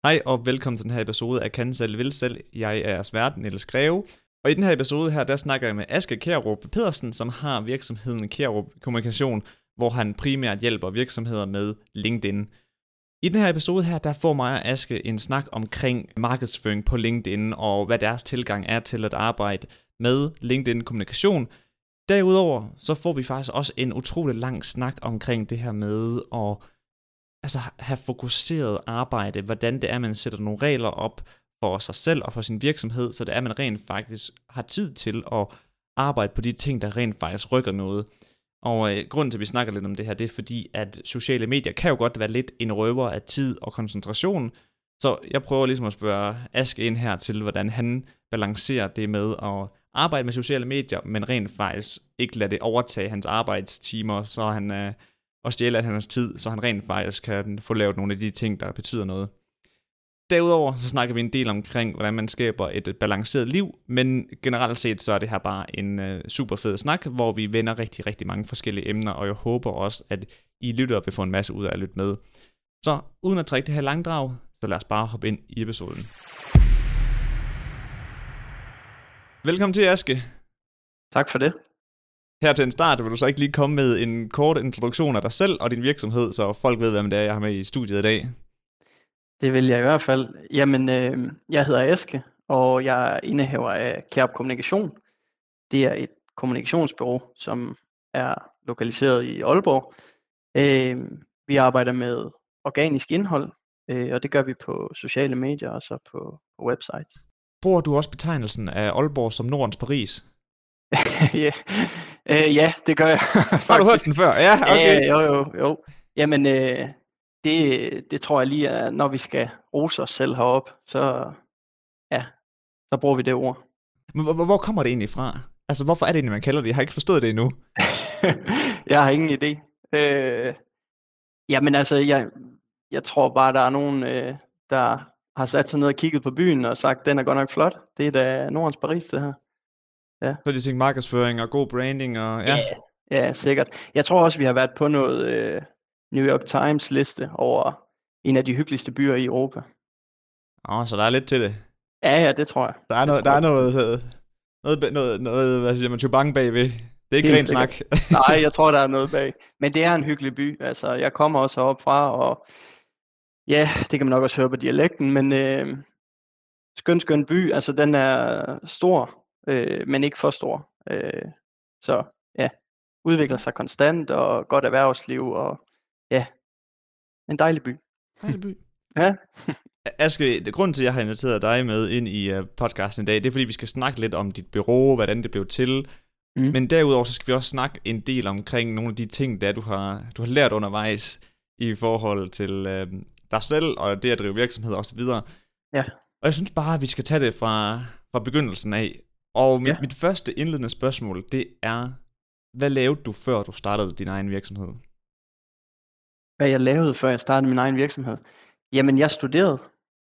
Hej og velkommen til den her episode af Kan Selv Vil Selv. Jeg er jeres vært, Niels Greve. Og i den her episode her, der snakker jeg med Aske Kjærup Pedersen, som har virksomheden Kjærup Kommunikation, hvor han primært hjælper virksomheder med LinkedIn. I den her episode her, der får mig og Aske en snak omkring markedsføring på LinkedIn, og hvad deres tilgang er til at arbejde med LinkedIn kommunikation. Derudover så får vi faktisk også en utrolig lang snak omkring det her med at have fokuseret arbejde, hvordan det er, man sætter nogle regler op for sig selv og for sin virksomhed, så det er, man rent faktisk har tid til at arbejde på de ting, der rent faktisk rykker noget. Og grunden til, at vi snakker lidt om det her, det er fordi, at sociale medier kan jo godt være lidt en røver af tid og koncentration. Så jeg prøver ligesom at spørge Aske ind her til, hvordan han balancerer det med at arbejde med sociale medier, men rent faktisk ikke lade det overtage hans arbejdstimer, så han og stjæle af hans tid, så han rent faktisk kan få lavet nogle af de ting, der betyder noget. Derudover så snakker vi en del omkring, hvordan man skaber et balanceret liv, men generelt set så er det her bare en super fed snak, hvor vi vender rigtig, rigtig mange forskellige emner, og jeg håber også, at I lytter vil få en masse ud af at lytte med. Så uden at trække det her langdrag, så lad os bare hoppe ind i episoden. Velkommen til, Aske. Tak for det. Her til en start vil du så ikke lige komme med en kort introduktion af dig selv og din virksomhed, så folk ved, hvem det er, jeg har med i studiet i dag. Det vil jeg i hvert fald. Jamen, jeg hedder Aske, og jeg er indehaver af Kjærup Kommunikation. Det er et kommunikationsbureau, som er lokaliseret i Aalborg. Vi arbejder med organisk indhold, og det gør vi på sociale medier og så på websites. Bruger du også betegnelsen af Aalborg som Nordens Paris? Ja, det gør jeg. Har du hørt den før? Ja, okay. Jo. Jamen, det tror jeg lige er, når vi skal rose os selv heroppe, så bruger vi det ord. Men hvor kommer det egentlig fra? Altså, hvorfor er det egentlig, man kalder det? Jeg har ikke forstået det endnu. Jeg har ingen idé. Jamen altså, jeg tror bare, der er nogen, der har sat sig ned og kigget på byen og sagt, den er godt nok flot. Det er da Nordens Paris, det her. Ja. Så de tænker markedsføring og god branding og Ja, sikkert. Jeg tror også, vi har været på noget New York Times liste over en af de hyggeligste byer i Europa. Så der er lidt til det. Ja, det tror jeg. Der er noget hvad siger man, tjubang bagved. Det er ikke ren snak. Nej, jeg tror, der er noget bag. Men det er en hyggelig by. Altså, jeg kommer også heroppe fra, og ja, det kan man nok også høre på dialekten, men skøn by. Altså, den er stor, men ikke for stor. Så ja, udvikler sig konstant, og godt erhvervsliv, og ja, en dejlig by. Dejlig by. Ja. Aske, grunden til, at jeg har inviteret dig med ind i podcasten i dag, det er, fordi vi skal snakke lidt om dit bureau, hvordan det blev til. Men derudover, så skal vi også snakke en del omkring nogle af de ting, der du har lært undervejs i forhold til dig selv, og det at drive virksomhed og så videre. Ja. Og jeg synes bare, at vi skal tage det fra begyndelsen af. Og mit første indledende spørgsmål, det er, hvad lavede du, før du startede din egen virksomhed? Hvad jeg lavede, før jeg startede min egen virksomhed? Jamen, jeg studerede,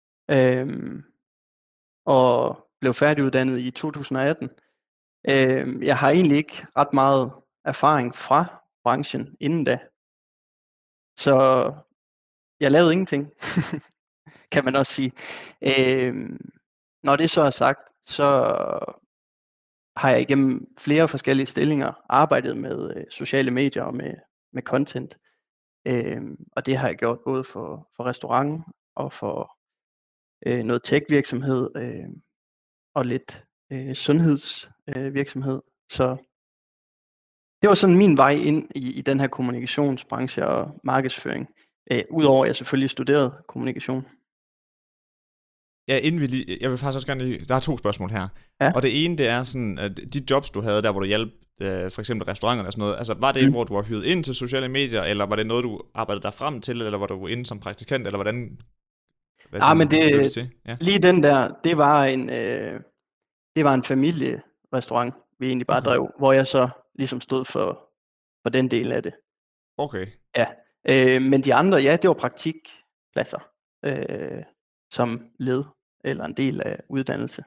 og blev færdiguddannet i 2018. Jeg har egentlig ikke ret meget erfaring fra branchen inden da. Så jeg lavede ingenting, kan man også sige. Når det så er sagt, så har jeg igennem flere forskellige stillinger arbejdet med sociale medier og med content. Og det har jeg gjort både for restaurant og for noget tech-virksomhed og lidt sundhedsvirksomhed. Så det var sådan min vej ind i den her kommunikationsbranche og markedsføring. Udover at jeg selvfølgelig studerede kommunikation. Ja, jeg vil faktisk også gerne der er 2 spørgsmål her. Ja. Og det ene, det er sådan, at de jobs, du havde der, hvor du hjalp for eksempel restauranterne og sådan noget, altså var det hvor du var hyret ind til sociale medier, eller var det noget, du arbejdede dig frem til, eller var du inde som praktikant, eller hvordan? Men lige den der, det var en familierestaurant, vi egentlig bare drev, hvor jeg så ligesom stod for den del af det. Okay. Ja, men de andre, det var praktikpladser, som led eller en del af uddannelse.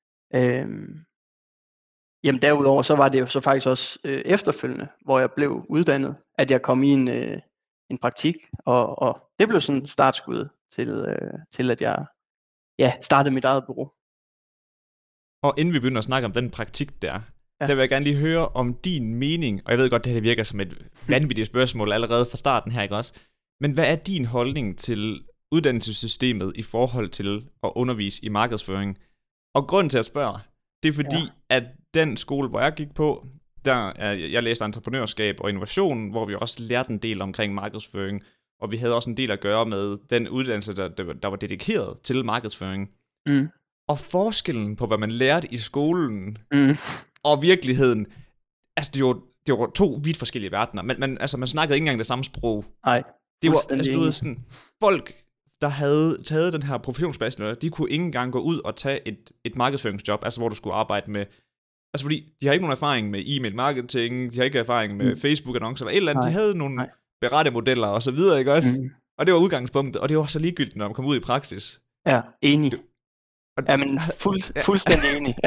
Jamen derudover, så var det jo så faktisk også efterfølgende, hvor jeg blev uddannet, at jeg kom i en praktik, og det blev sådan startskuddet til at jeg startede mit eget bureau. Og inden vi begynder at snakke om den praktik der Ja. vil jeg gerne lige høre om din mening, og jeg ved godt, det her virker som et vanvittigt spørgsmål allerede fra starten her, ikke også? Men hvad er din holdning til uddannelsessystemet i forhold til at undervise i markedsføring? Og grunden til at spørge, det er fordi, at den skole, hvor jeg gik på, jeg læste entreprenørskab og innovation, hvor vi også lærte en del omkring markedsføring, og vi havde også en del at gøre med den uddannelse, der var dedikeret til markedsføring. Mm. Og forskellen på, hvad man lærte i skolen, og virkeligheden, altså det var to vidt forskellige verdener. Man snakkede ikke engang det samme sprog. Nej. Det var sådan, folk, der havde taget den her professionsbachelor, de kunne ikke engang gå ud og tage et markedsføringsjob, altså hvor du skulle arbejde med, altså fordi de har ikke nogen erfaring med e-mail marketing, de har ikke erfaring med Facebook-annoncer eller et eller andet, de havde nogle berettemodeller og så videre, ikke også? Og det var udgangspunktet, og det var så ligegyldigt, når man kom ud i praksis. Ja, enig. Men fuldstændig enig.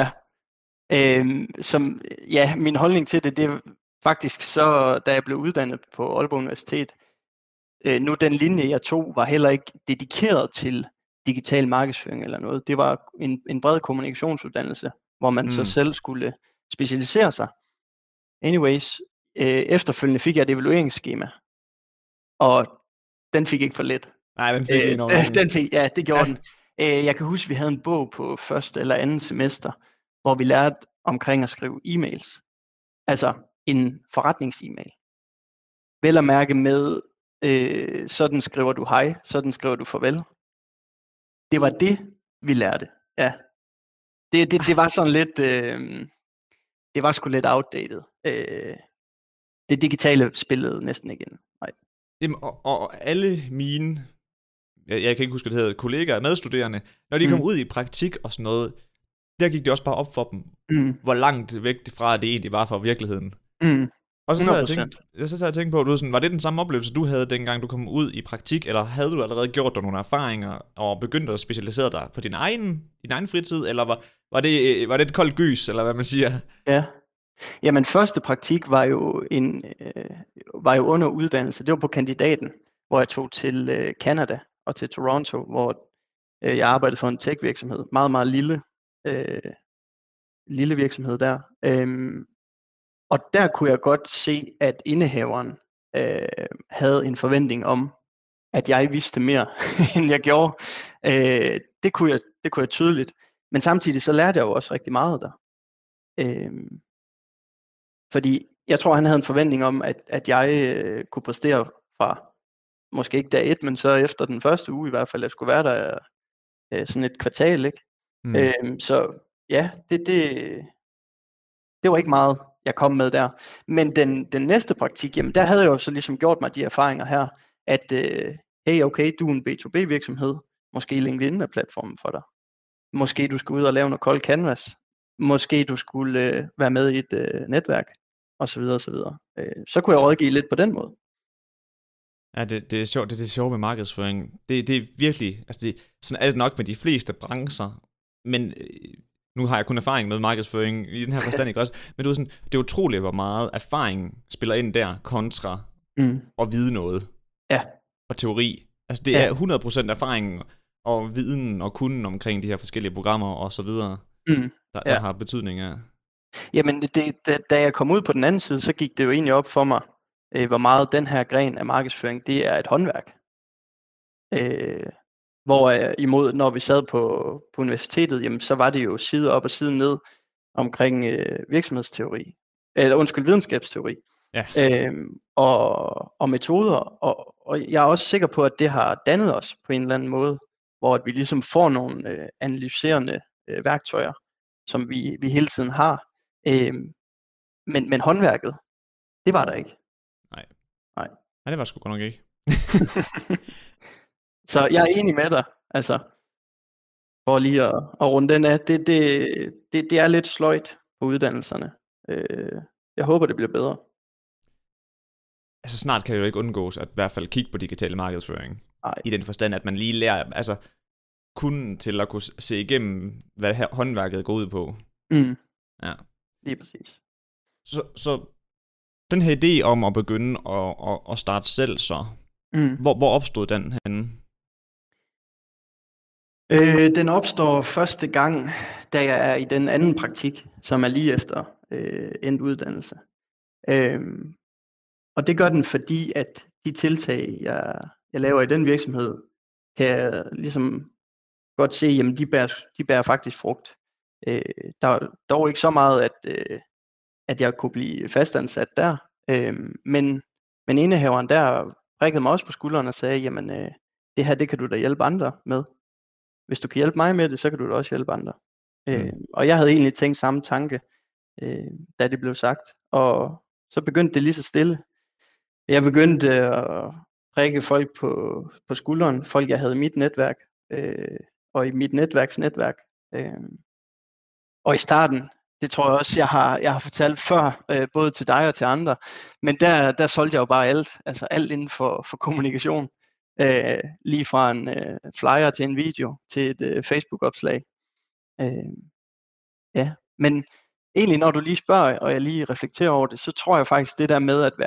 Min holdning til det er faktisk så, da jeg blev uddannet på Aalborg Universitet, nu den linje jeg tog, var heller ikke dedikeret til digital markedsføring eller noget. Det var en bred kommunikationsuddannelse, hvor man så selv skulle specialisere sig. Anyways, efterfølgende fik jeg et evalueringsskema, og den fik ikke for let. Nej, den fik det gjorde den. Jeg kan huske, vi havde en bog på første eller anden semester, hvor vi lærte omkring at skrive e-mails. Altså en forretnings-e-mail. Vel at mærke med, sådan skriver du hej, sådan skriver du farvel. Det var det, vi lærte. Ja. Det var sådan lidt, det var sgu lidt outdated. Det digitale spillede næsten igen. Nej. Jamen, og alle mine, jeg kan ikke huske, hvad det hedder, kollegaer, medstuderende, når de kom ud i praktik og sådan noget, der gik det også bare op for dem, hvor langt væk fra det egentlig var fra virkeligheden. Og så sad jeg og tænkte på, du sådan, var det den samme oplevelse, du havde, dengang du kom ud i praktik, eller havde du allerede gjort dig nogle erfaringer, og begyndt at specialisere dig på din egen fritid, eller var det et koldt gys, eller hvad man siger? Ja. Jamen, første praktik var jo under uddannelse. Det var på kandidaten, hvor jeg tog til Canada og til Toronto, hvor jeg arbejdede for en tech-virksomhed. Meget, meget lille virksomhed der. Og der kunne jeg godt se, at indehaveren havde en forventning om, at jeg vidste mere, end jeg gjorde. Det kunne jeg tydeligt. Men samtidig så lærte jeg jo også rigtig meget der. Fordi jeg tror, han havde en forventning om, at jeg kunne præstere fra, måske ikke dag 1, men så efter den første uge i hvert fald, jeg skulle være der sådan et kvartal, ikke? Så ja, det var ikke meget, jeg kom med der. Men den næste praktik, jamen der havde jeg jo så ligesom gjort mig de erfaringer her, at hey, okay, du er en B2B virksomhed, måske LinkedIn er platformen for dig. Måske du skulle ud og lave noget cold canvas. Måske du skulle være med i et netværk, og så videre, og så videre. Så kunne jeg rådgive lidt på den måde. Ja, det er sjovt. Det er sjovt med markedsføring. Det er virkelig, altså sådan er det nok med de fleste brancher, men nu har jeg kun erfaring med markedsføring i den her forstand, ikke også? Men det er utroligt, hvor meget erfaring spiller ind der, kontra at vide noget. Ja. Og teori. Altså det er 100% erfaring og viden og kunden omkring de her forskellige programmer og så videre, der har betydning af. Jamen, da jeg kom ud på den anden side, så gik det jo egentlig op for mig, hvor meget den her gren af markedsføring, det er et håndværk. Imod, når vi sad på universitetet, jamen, så var det jo side op og side ned omkring virksomhedsteori, videnskabsteori, og metoder, og jeg er også sikker på, at det har dannet os på en eller anden måde, hvor vi ligesom får nogle analyserende værktøjer, som vi hele tiden har. Men håndværket, det var der ikke. Nej, det var sgu godt nok ikke. Så jeg er enig med dig, altså, for lige at runde den af. Det er lidt sløjt på uddannelserne. Jeg håber, det bliver bedre. Altså snart kan det jo ikke undgås at i hvert fald kigge på digital markedsføring. Nej. I den forstand, at man lige lærer, altså kunden til at kunne se igennem, hvad håndværket går ud på. Ja. Lige præcis. Så den her idé om at begynde at starte selv så, hvor opstod den henne? Den opstår første gang, da jeg er i den anden praktik, som er lige efter endt uddannelse. Og det gør den, fordi at de tiltag, jeg laver i den virksomhed, kan jeg ligesom godt se, jamen de bærer faktisk frugt. Der er dog ikke så meget, at jeg kunne blive fastansat der, men indehaveren der prikkede mig også på skulderen og sagde, jamen det her, det kan du da hjælpe andre med. Hvis du kan hjælpe mig med det, så kan du da også hjælpe andre. Og jeg havde egentlig tænkt samme tanke, da det blev sagt, og så begyndte det lige så stille. Jeg begyndte at prikke folk på skulderen, folk jeg havde i mit netværk, og i mit netværksnetværk. Og i starten, det tror jeg også, jeg har fortalt før, både til dig og til andre, men der solgte jeg jo bare alt, altså alt inden for kommunikation. Lige fra en flyer til en video, til et Facebook-opslag. Ja, men egentlig når du lige spørger, og jeg lige reflekterer over det, så tror jeg faktisk, det der med at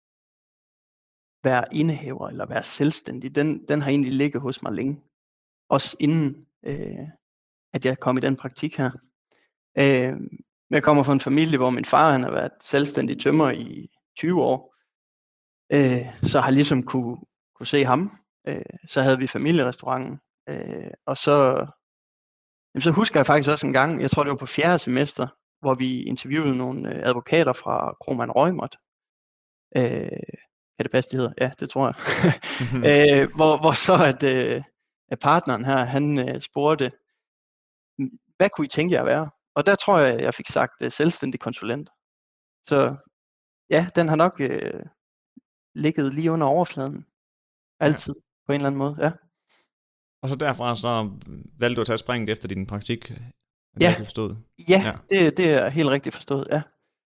være indehaver eller være selvstændig, den har egentlig ligget hos mig længe. Også inden at jeg kom i den praktik her. Jeg kommer fra en familie, hvor min far han har været selvstændig tømrer i 20 år. Så har ligesom kunne se ham. Så havde vi familierestauranten. Og så husker jeg faktisk også en gang, jeg tror det var på 4. semester, hvor vi interviewede nogle advokater fra Kromann Reumert. Kan det passe, det hedder? Ja, det tror jeg. Hvor så at partneren her, han spurgte, hvad kunne I tænke jer at være? Og der tror jeg fik sagt selvstændig konsulent. Så ja, den har nok ligget lige under overfladen. Altid, på en eller anden måde, ja. Og så derfra så valgte du at tage springet efter din praktik? Ja, det forstået? Ja. Det er helt rigtigt forstået, ja.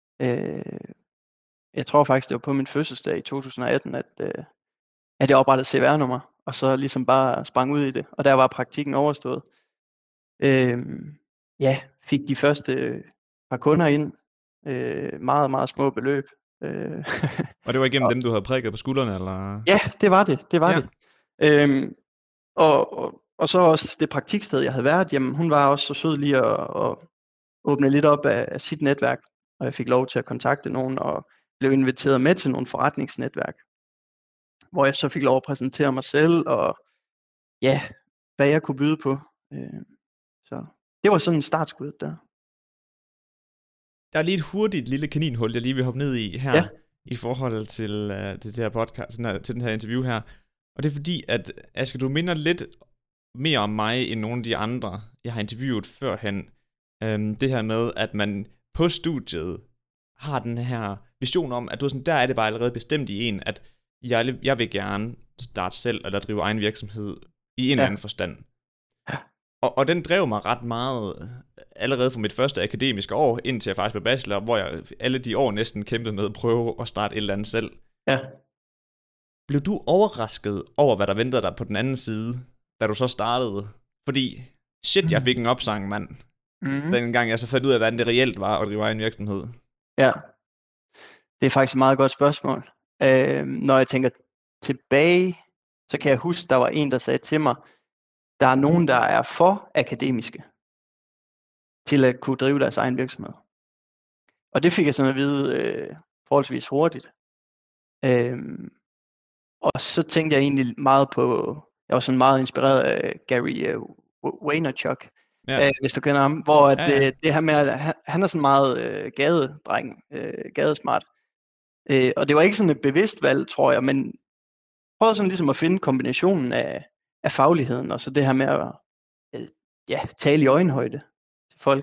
Jeg tror faktisk, det var på min fødselsdag i 2018, at jeg oprettede CVR-nummer, og så ligesom bare sprang ud i det. Og der var praktikken overstået. Fik de første par kunder ind. Meget, meget små beløb. Og det var igennem dem, du havde prikket på skuldrene, eller? Ja, det var det. Det. Og så også det praktiksted, jeg havde været, jamen hun var også så sød lige at åbne lidt op af sit netværk, og jeg fik lov til at kontakte nogen, og blev inviteret med til nogle forretningsnetværk, hvor jeg så fik lov at præsentere mig selv, og ja, hvad jeg kunne byde på. Så det var sådan en startskud der. Der er lige et hurtigt lille kaninhul, jeg lige vil hoppe ned i her, i forhold til det her podcast, til den her interview her. Og det er fordi, at Asger, du minder lidt mere om mig, end nogle af de andre, jeg har interviewet førhen. Det her med, at man på studiet har den her vision om, at du er sådan, der er det bare allerede bestemt i en, at jeg vil gerne starte selv, eller drive egen virksomhed, i en eller anden forstand. Og den drev mig ret meget, allerede fra mit første akademiske år, indtil jeg faktisk blev bachelor, hvor jeg alle de år næsten kæmpede med at prøve at starte et eller andet selv. Ja. Blev du overrasket over, hvad der ventede dig på den anden side, da du så startede? Fordi, shit, jeg fik en opsang, mand. Den gang jeg så fandt ud af, hvordan det reelt var at drive egen virksomhed. Ja, det er faktisk et meget godt spørgsmål. Når jeg tænker tilbage, så kan jeg huske, der var en, der sagde til mig, der er nogen, der er for akademiske til at kunne drive deres egen virksomhed. Og det fik jeg sådan at vide forholdsvis hurtigt. Og så tænkte jeg egentlig meget på, jeg var sådan meget inspireret af Gary Vaynerchuk, hvis du kender ham, hvor det her med, at han er sådan meget gadedreng, gadesmart. Og det var ikke sådan et bevidst valg, tror jeg, men prøvede sådan ligesom at finde kombinationen af fagligheden, og så det her med at tale i øjenhøjde til folk.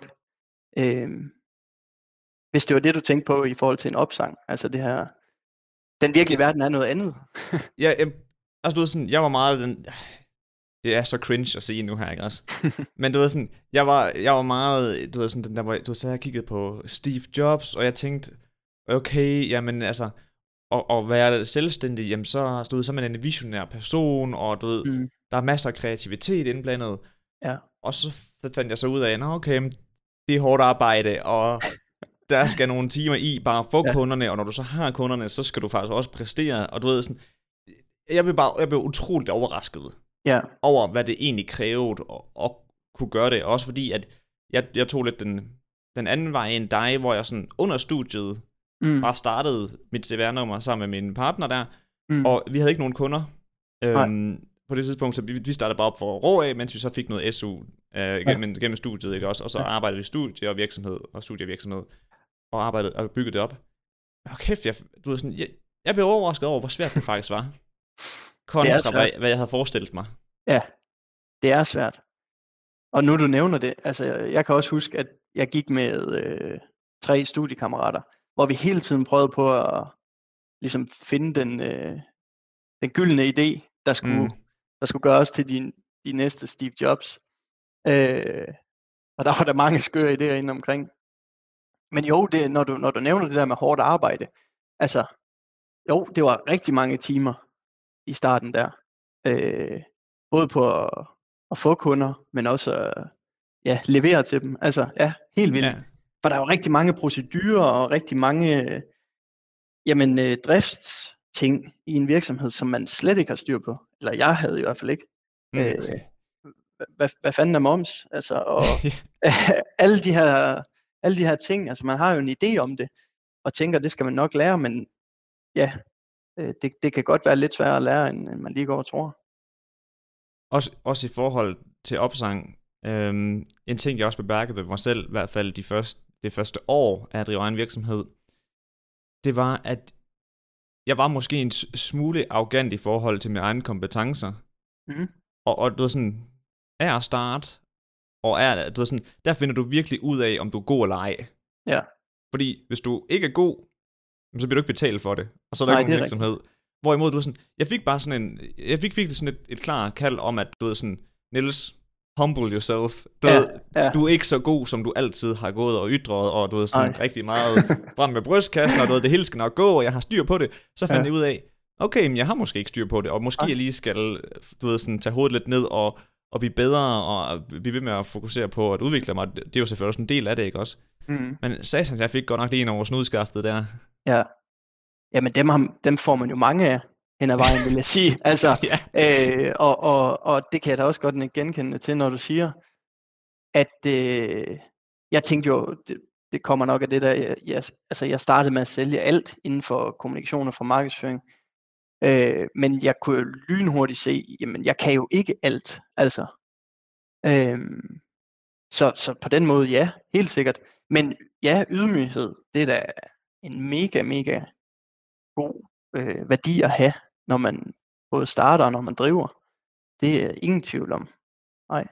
Hvis det var det, du tænkte på i forhold til en opsang, altså det her, den virkelige verden er noget andet. Altså du ved sådan, jeg var meget den, det er så cringe at sige nu her, ikke også? Men du ved sådan, jeg var meget, du ved sådan, den der, hvor du så jeg kiggede på Steve Jobs, og jeg tænkte, okay, jamen altså, og være selvstændig, jamen så stod så man en visionær person, og du ved, der er masser af kreativitet indblandet. Ja. Og så fandt jeg så ud af, okay, det er hårdt arbejde, og der skal nogle timer i bare at få kunderne, og når du så har kunderne, så skal du faktisk også præstere, og du ved sådan, jeg blev utroligt overrasket, Ja. over hvad det egentlig krævede at kunne gøre det. Også fordi, at jeg tog lidt den anden vej end dig, hvor jeg sådan under studiet Mm. bare startede mit CVR-nummer sammen med min partner der, Mm. og vi havde ikke nogen kunder Nej. på det tidspunkt, så vi startede bare op for rå af, mens vi så fik noget SU gennem studiet, ikke også? Og så arbejdede vi studie og virksomhed og studievirksomhed, og arbejdede og byggede det op. Og kæft, du ved sådan, jeg blev overrasket over, hvor svært det faktisk var. Kontra hvad jeg havde forestillet mig. Ja, det er svært. Og nu du nævner det, altså jeg kan også huske, at jeg gik med 3 studiekammerater, hvor vi hele tiden prøvede på at ligesom finde den gyldne idé, der skulle gøre os til de næste Steve Jobs. Og der var der mange skøre idéer inde omkring. Men jo, når du nævner det der med hårdt arbejde, altså jo, det var rigtig mange timer i starten der. Både på at få kunder, men også levere til dem. Altså ja, helt vildt. Ja. For der er jo rigtig mange procedurer og rigtig mange driftsting i en virksomhed, som man slet ikke har styr på. Eller jeg havde i hvert fald ikke. Hvad fanden er moms? Altså, og alle de her ting, altså man har jo en idé om det, og tænker, det skal man nok lære, men ja, det kan godt være lidt sværere at lære, end man lige går og tror. Også i forhold til opsang, en ting jeg også bemærkede ved mig selv, i hvert fald det første år af at drive egen virksomhed, det var, at jeg var måske en smule arrogant i forhold til mine egne kompetencer. Mm-hmm. Og du ved sådan, at starte, og du ved sådan, der finder du virkelig ud af, om du er god eller ej. Ja. Fordi hvis du ikke er god, så bliver du ikke betalt for det. Og så er der ikke nogen virksomhed. Rigtigt. Hvorimod du sådan, jeg fik virkelig sådan et klart kald om, at du ved sådan, Niels, humble yourself. Du er ikke så god, som du altid har gået og ytret, og du ved sådan rigtig meget frem med brystkassen, og du ved, det hele skal nok gå, og jeg har styr på det. Så fandt jeg ud af, okay, men jeg har måske ikke styr på det, og måske jeg lige skal, du ved sådan, tage hovedet lidt ned og blive bedre, og blive ved med at fokusere på at udvikle mig. Det er jo selvfølgelig også en del af det, ikke også? Mm. Men satans, jeg fik godt nok lige en over snudskaftet der. Ja. Jamen dem får man jo mange af hen ad vejen, vil jeg sige. Altså, og det kan jeg da også godt genkende til, når du siger, at jeg tænkte jo, det kommer nok af det der, jeg startede med at sælge alt inden for kommunikation og for markedsføring. Men jeg kunne jo lynhurtigt se, jamen jeg kan jo ikke alt, altså. Så på den måde, ja, helt sikkert. Men ja, ydmyghed, det er da en mega, mega god værdi at have, når man både starter og når man driver. Det er ingen tvivl om. Nej.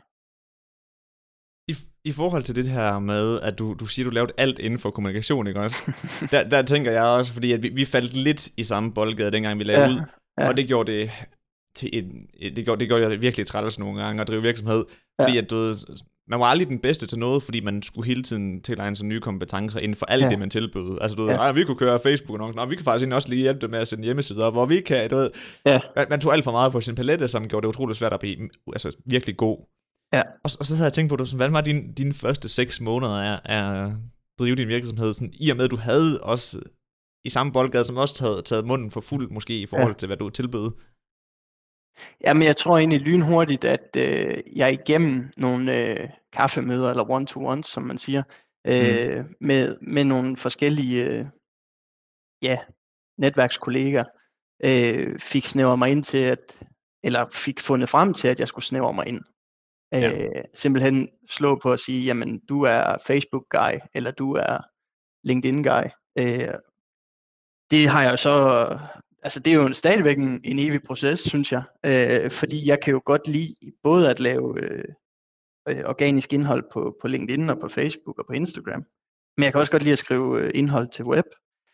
I forhold til det her med, at du siger, du lavede alt inden for kommunikation, ikke også? der tænker jeg også, fordi at vi faldt lidt i samme boldgade, dengang vi lavede ud, og det gjorde det til det gjorde det virkelig træls nogle gange at drive virksomhed, fordi at man var aldrig den bedste til noget, fordi man skulle hele tiden tilegne sig nye kompetencer inden for alt det, man tilbød. Altså vi kunne køre Facebook og nok, vi kan faktisk også lige hjælpe dem med at sende hjemmesider, hvor vi kan, man tog alt for meget på sin palette, som gjorde det utroligt svært at blive virkelig god. Ja. Og så havde jeg tænkt på, hvad var dine første 6 måneder af at drive din virksomhed, sådan, i og med at du havde også i samme boldgade, som også taget munden for fuld måske i forhold til, hvad du tilbød? Jamen jeg tror egentlig lynhurtigt, at jeg igennem nogle kaffemøder eller one-to-ones, som man siger, med nogle forskellige netværkskolleger, fik snævret mig ind til eller fik fundet frem til, at jeg skulle snævre mig ind. Simpelthen slå på at sige, jamen du er Facebook guy, eller du er LinkedIn guy. Det har jeg jo så, altså det er jo stadigvæk en evig proces, synes jeg, fordi jeg kan jo godt lide både at lave organisk indhold på LinkedIn og på Facebook og på Instagram, men jeg kan også godt lide at skrive indhold til web.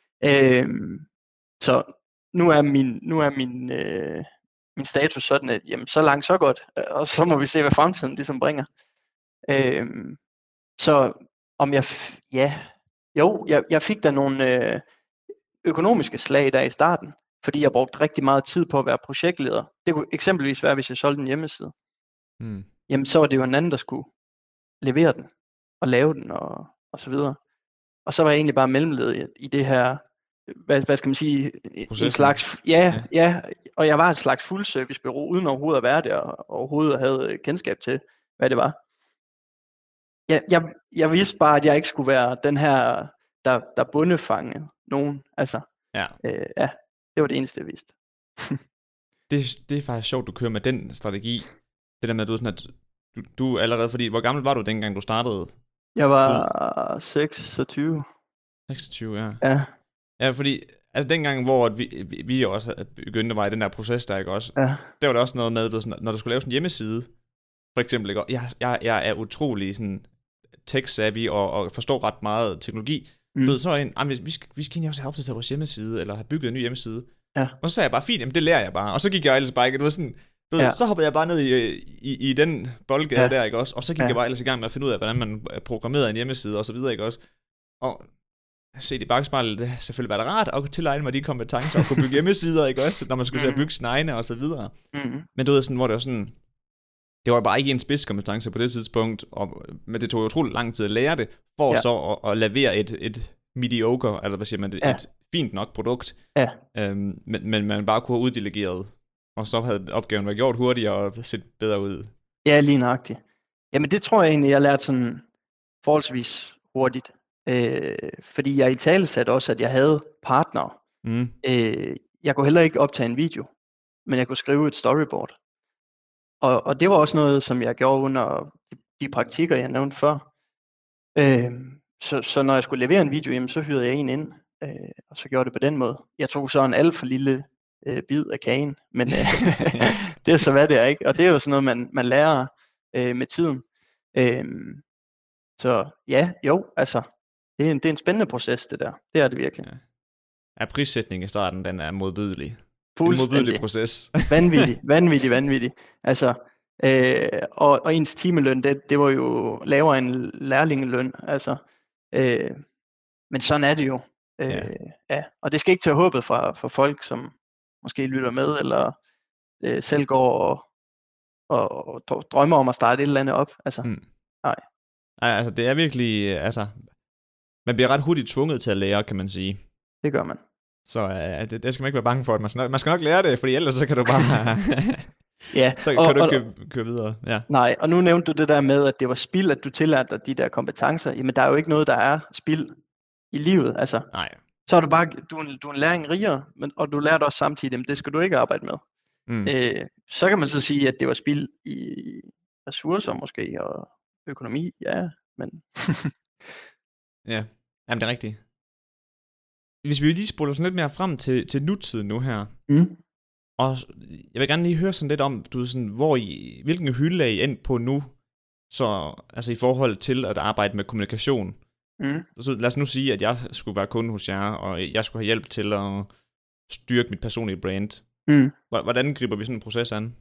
Så nu er min status sådan, at jamen, så langt så godt, og så må vi se, hvad fremtiden ligesom bringer. Så om jeg fik da nogle økonomiske slag der i starten, fordi jeg brugte rigtig meget tid på at være projektleder. Det kunne eksempelvis være, hvis jeg solgte en hjemmeside. Jamen så var det jo en anden, der skulle levere den, og lave den, og så videre. Og så var jeg egentlig bare mellemled i det her hvad skal man sige, en Processen. slags, ja, og jeg var et slags fuldservicebureau, uden overhovedet at være der, og overhovedet havde kendskab til, hvad det var. Jeg vidste bare, at jeg ikke skulle være den her, der bundefangede nogen, altså, Ja. ja, det var det eneste, jeg vidste. Det er faktisk sjovt, du kører med den strategi. Det der med, at du er sådan, at du allerede, fordi, hvor gammel var du dengang, du startede? Jeg var 26. 26, ja. Ja. Ja, fordi, altså dengang, hvor vi også begyndte at være i den der proces, der ikke også, Ja. der var der også noget med, når du skulle lave sådan en hjemmeside, for eksempel, ikke? Jeg er utrolig sådan tech-savvy og forstår ret meget teknologi. Så vi skal egentlig også have opdateret vores hjemmeside, eller have bygget en ny hjemmeside. Ja. Og så sagde jeg bare, fint, jamen det lærer jeg bare. Og så gik jeg ellers bare ikke, det var sådan, så hoppede jeg bare ned i den boldgade der, ikke også? Og så gik jeg bare ellers i gang med at finde ud af, hvordan man programmerede en hjemmeside, og så videre, ikke også? Og set i bagspejlet, det har selvfølgelig været rart at tilegne mig de kompetencer, og kunne bygge hjemmesider, ikke også? Når man skulle til at bygge sine egne, og så videre. Men du ved, sådan, hvor det var sådan, det var bare ikke en spidskompetence på det tidspunkt, men det tog jo utrolig lang tid at lære det, for så at levere et mediocre, altså hvad siger man, et fint nok produkt, men man bare kunne have uddelegeret, og så havde opgaven været gjort hurtigere og set bedre ud. Ja, lige nøjagtigt. Jamen det tror jeg egentlig, jeg lærte sådan forholdsvis hurtigt, fordi jeg italesat også, at jeg havde partnere. Jeg kunne heller ikke optage en video, men jeg kunne skrive et storyboard. Og det var også noget, som jeg gjorde under de praktikker, jeg nævnte før. Så når jeg skulle levere en video, jamen, så hyrede jeg en ind, og så gjorde det på den måde. Jeg tog så en alt for lille bid af kagen, men det er så hvad det er, ikke? Og det er jo sådan noget, man lærer med tiden. Så ja, altså, det er en spændende proces, det der. Det er det virkelig. Ja, prissætningen i starten, den er modbydelig. Fuldstændig. En modbydelig proces. vanvittig. Altså, og ens timeløn, det var jo lavere end lærlingeløn, altså. Men sådan er det jo. Ja. Og det skal ikke tage håbet for folk, som måske lytter med, eller selv går og drømmer om at starte et eller andet op. Altså, nej. Nej, altså det er virkelig, altså, man bliver ret hurtigt tvunget til at lære, kan man sige. Det gør man. Så det skal man ikke være bange for, at man skal nok lære det, fordi ellers så kan du bare, så kan du ikke køre videre. Ja. Nej, og nu nævnte du det der med, at det var spild, at du tillærte dig de der kompetencer. Jamen der er jo ikke noget, der er spild i livet, altså. Nej. Så er du bare, du er en læring rigere, og du lærte også samtidig, at det skal du ikke arbejde med. Så kan man så sige, at det var spild i ressourcer måske, og økonomi, ja, men... Ja, jamen det er rigtigt. Hvis vi lige spoler sådan lidt mere frem til nutiden nu her, og jeg vil gerne lige høre sådan lidt om, du sådan, hvilken hylde er I endt på nu, så altså i forhold til at arbejde med kommunikation. Så lad os nu sige, at jeg skulle være kunde hos jer, og jeg skulle have hjælp til at styrke mit personlige brand. Hvordan griber vi sådan en proces an?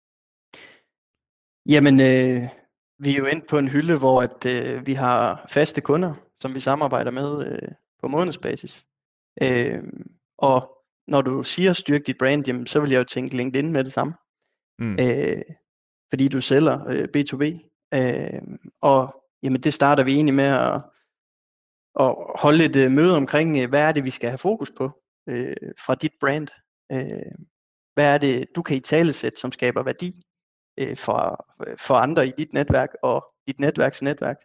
Jamen, vi er jo endt på en hylde, hvor at, vi har faste kunder, som vi samarbejder med på månedsbasis. Og når du siger styrke dit brand, jamen, så vil jeg jo tænke LinkedIn med det samme. Fordi du sælger B2B. Og jamen, det starter vi egentlig med at holde et møde omkring, hvad er det, vi skal have fokus på fra dit brand. Hvad er det, du kan italesætte, som skaber værdi for andre i dit netværk og dit netværks netværk.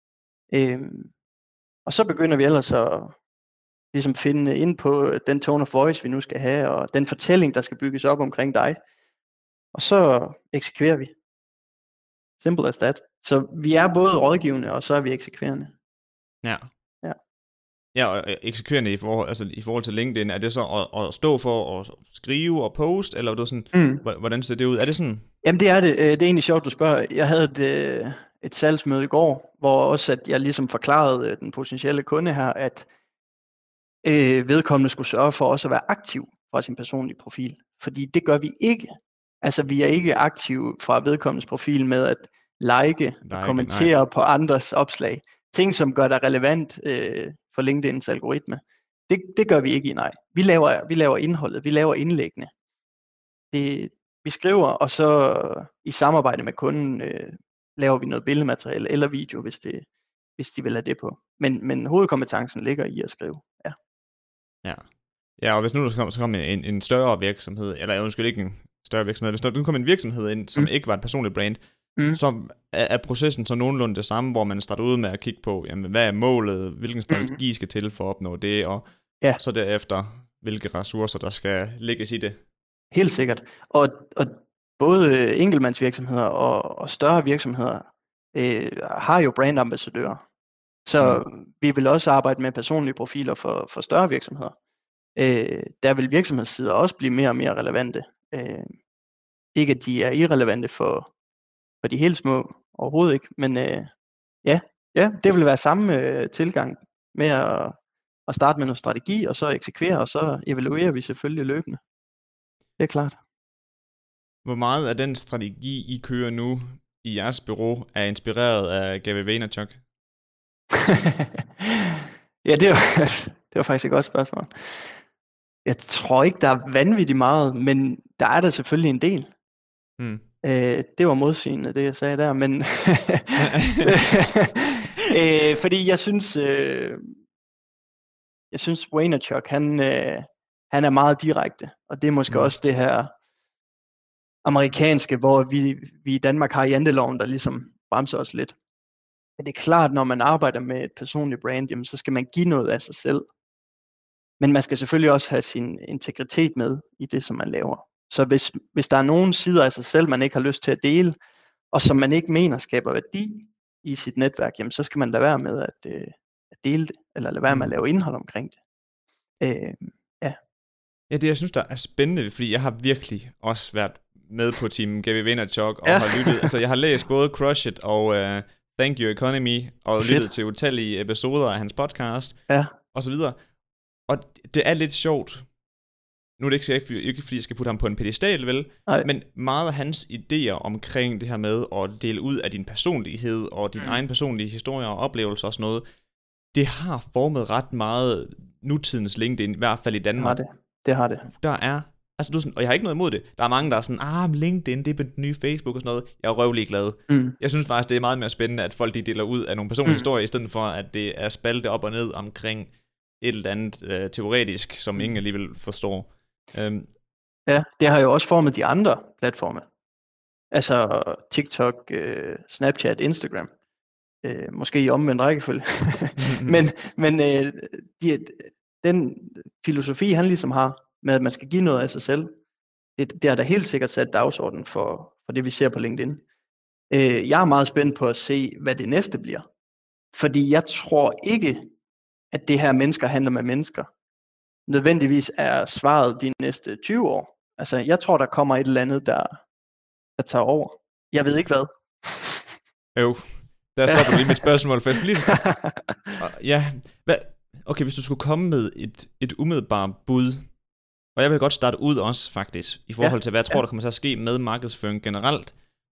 Og så begynder vi ellers at ligesom finde ind på den tone of voice, vi nu skal have, og den fortælling, der skal bygges op omkring dig. Og så eksekverer vi. Simple as that. Så vi er både rådgivende, og så er vi eksekverende. Ja. Ja, og eksekverende i forhold til LinkedIn, er det så at stå for at skrive og poste, eller er det sådan, hvordan ser det ud? Er det sådan? Jamen det er det. Det er egentlig sjovt, du spørger. Jeg havde et salgsmøde i går, hvor også at jeg ligesom forklarede den potentielle kunde her, at vedkommende skulle sørge for også at være aktiv fra sin personlige profil. Fordi det gør vi ikke. Altså vi er ikke aktive fra vedkommendes profil med at like og kommentere på andres opslag. Ting, som gør dig relevant for LinkedIns algoritme. Det gør vi ikke i, nej. Vi laver indholdet, vi laver indlæggene. Vi skriver, og så i samarbejde med kunden laver vi noget billedmateriale eller video, hvis de vil have det på. Men hovedkompetencen ligger i at skrive. Ja. Ja. Ja, og hvis nu der så kom en større virksomhed, eller undskyld, ikke en større virksomhed, hvis der nu kom en virksomhed ind, som Mm. ikke var et personligt brand, Mm. så er processen så nogenlunde det samme, hvor man starter ud med at kigge på, jamen, hvad er målet, hvilken strategi skal til for at opnå det, og Ja. så derefter, hvilke ressourcer der skal lægges i det. Helt sikkert. Og både enkeltmandsvirksomheder og større virksomheder har jo brandambassadører. Så vi vil også arbejde med personlige profiler for større virksomheder. Der vil virksomhedssider også blive mere og mere relevante. Ikke at de er irrelevante for de helt små, overhovedet ikke, men ja, det vil være samme tilgang med at starte med noget strategi, og så eksekvere, og så evaluerer vi selvfølgelig løbende. Det er klart. Hvor meget af den strategi, I kører nu i jeres bureau, er inspireret af Gary Vaynerchuk? Ja, det var faktisk et godt spørgsmål. Jeg tror ikke, der er vanvittigt meget, men der er der selvfølgelig en del. Det var modsigende, det jeg sagde der, men fordi jeg synes Vaynerchuk, han er meget direkte, og det er måske også det her amerikanske, hvor vi i Danmark har janteloven, der ligesom bremser os lidt. Men det er klart, når man arbejder med et personligt brand, jamen, så skal man give noget af sig selv. Men man skal selvfølgelig også have sin integritet med i det, som man laver. Så hvis der er nogle sider af sig selv, man ikke har lyst til at dele, og som man ikke mener skaber værdi i sit netværk, jamen, så skal man lade være med at dele det, eller lade være med at lave indhold omkring det. Ja. Ja, det jeg synes, der er spændende, fordi jeg har virkelig også været med på Team Gary Vaynerchuk, og har lyttet, altså jeg har læst både Crush It og Thank You Economy, og lyttet til utallige episoder af hans podcast, og så videre. Og det er lidt sjovt. Nu er det ikke fordi jeg skal putte ham på en pedestal, vel? Nej. Men meget af hans idéer omkring det her med at dele ud af din personlighed, og din egen personlige historie og oplevelser og sådan noget, det har formet ret meget nutidens LinkedIn, i hvert fald i Danmark. Det har det. Der er, altså du sådan, og jeg har ikke noget imod det. Der er mange, der er sådan, LinkedIn, det er den nye Facebook og sådan noget. Jeg er røvlig glad. Jeg synes faktisk, det er meget mere spændende, at folk de deler ud af nogle personlige historier, i stedet for, at det er spalte op og ned omkring et eller andet teoretisk, som ingen alligevel forstår. Ja, det har jo også formet de andre platforme. Altså TikTok, Snapchat, Instagram. Måske i omvendt rækkefølge. men den filosofi, han ligesom har, med at man skal give noget af sig selv, det har da helt sikkert sat dagsordenen for det, vi ser på LinkedIn. Jeg er meget spændt på at se, hvad det næste bliver. Fordi jeg tror ikke, at det her mennesker handler med mennesker, nødvendigvis er svaret de næste 20 år. Altså, jeg tror, der kommer et eller andet, der tager over. Jeg ved ikke hvad. Der stopper lige mit spørgsmål, for ja, okay, hvis du skulle komme med et umiddelbart bud, og jeg vil godt starte ud også faktisk, i forhold til, hvad jeg tror, der kommer til at ske med markedsføring generelt.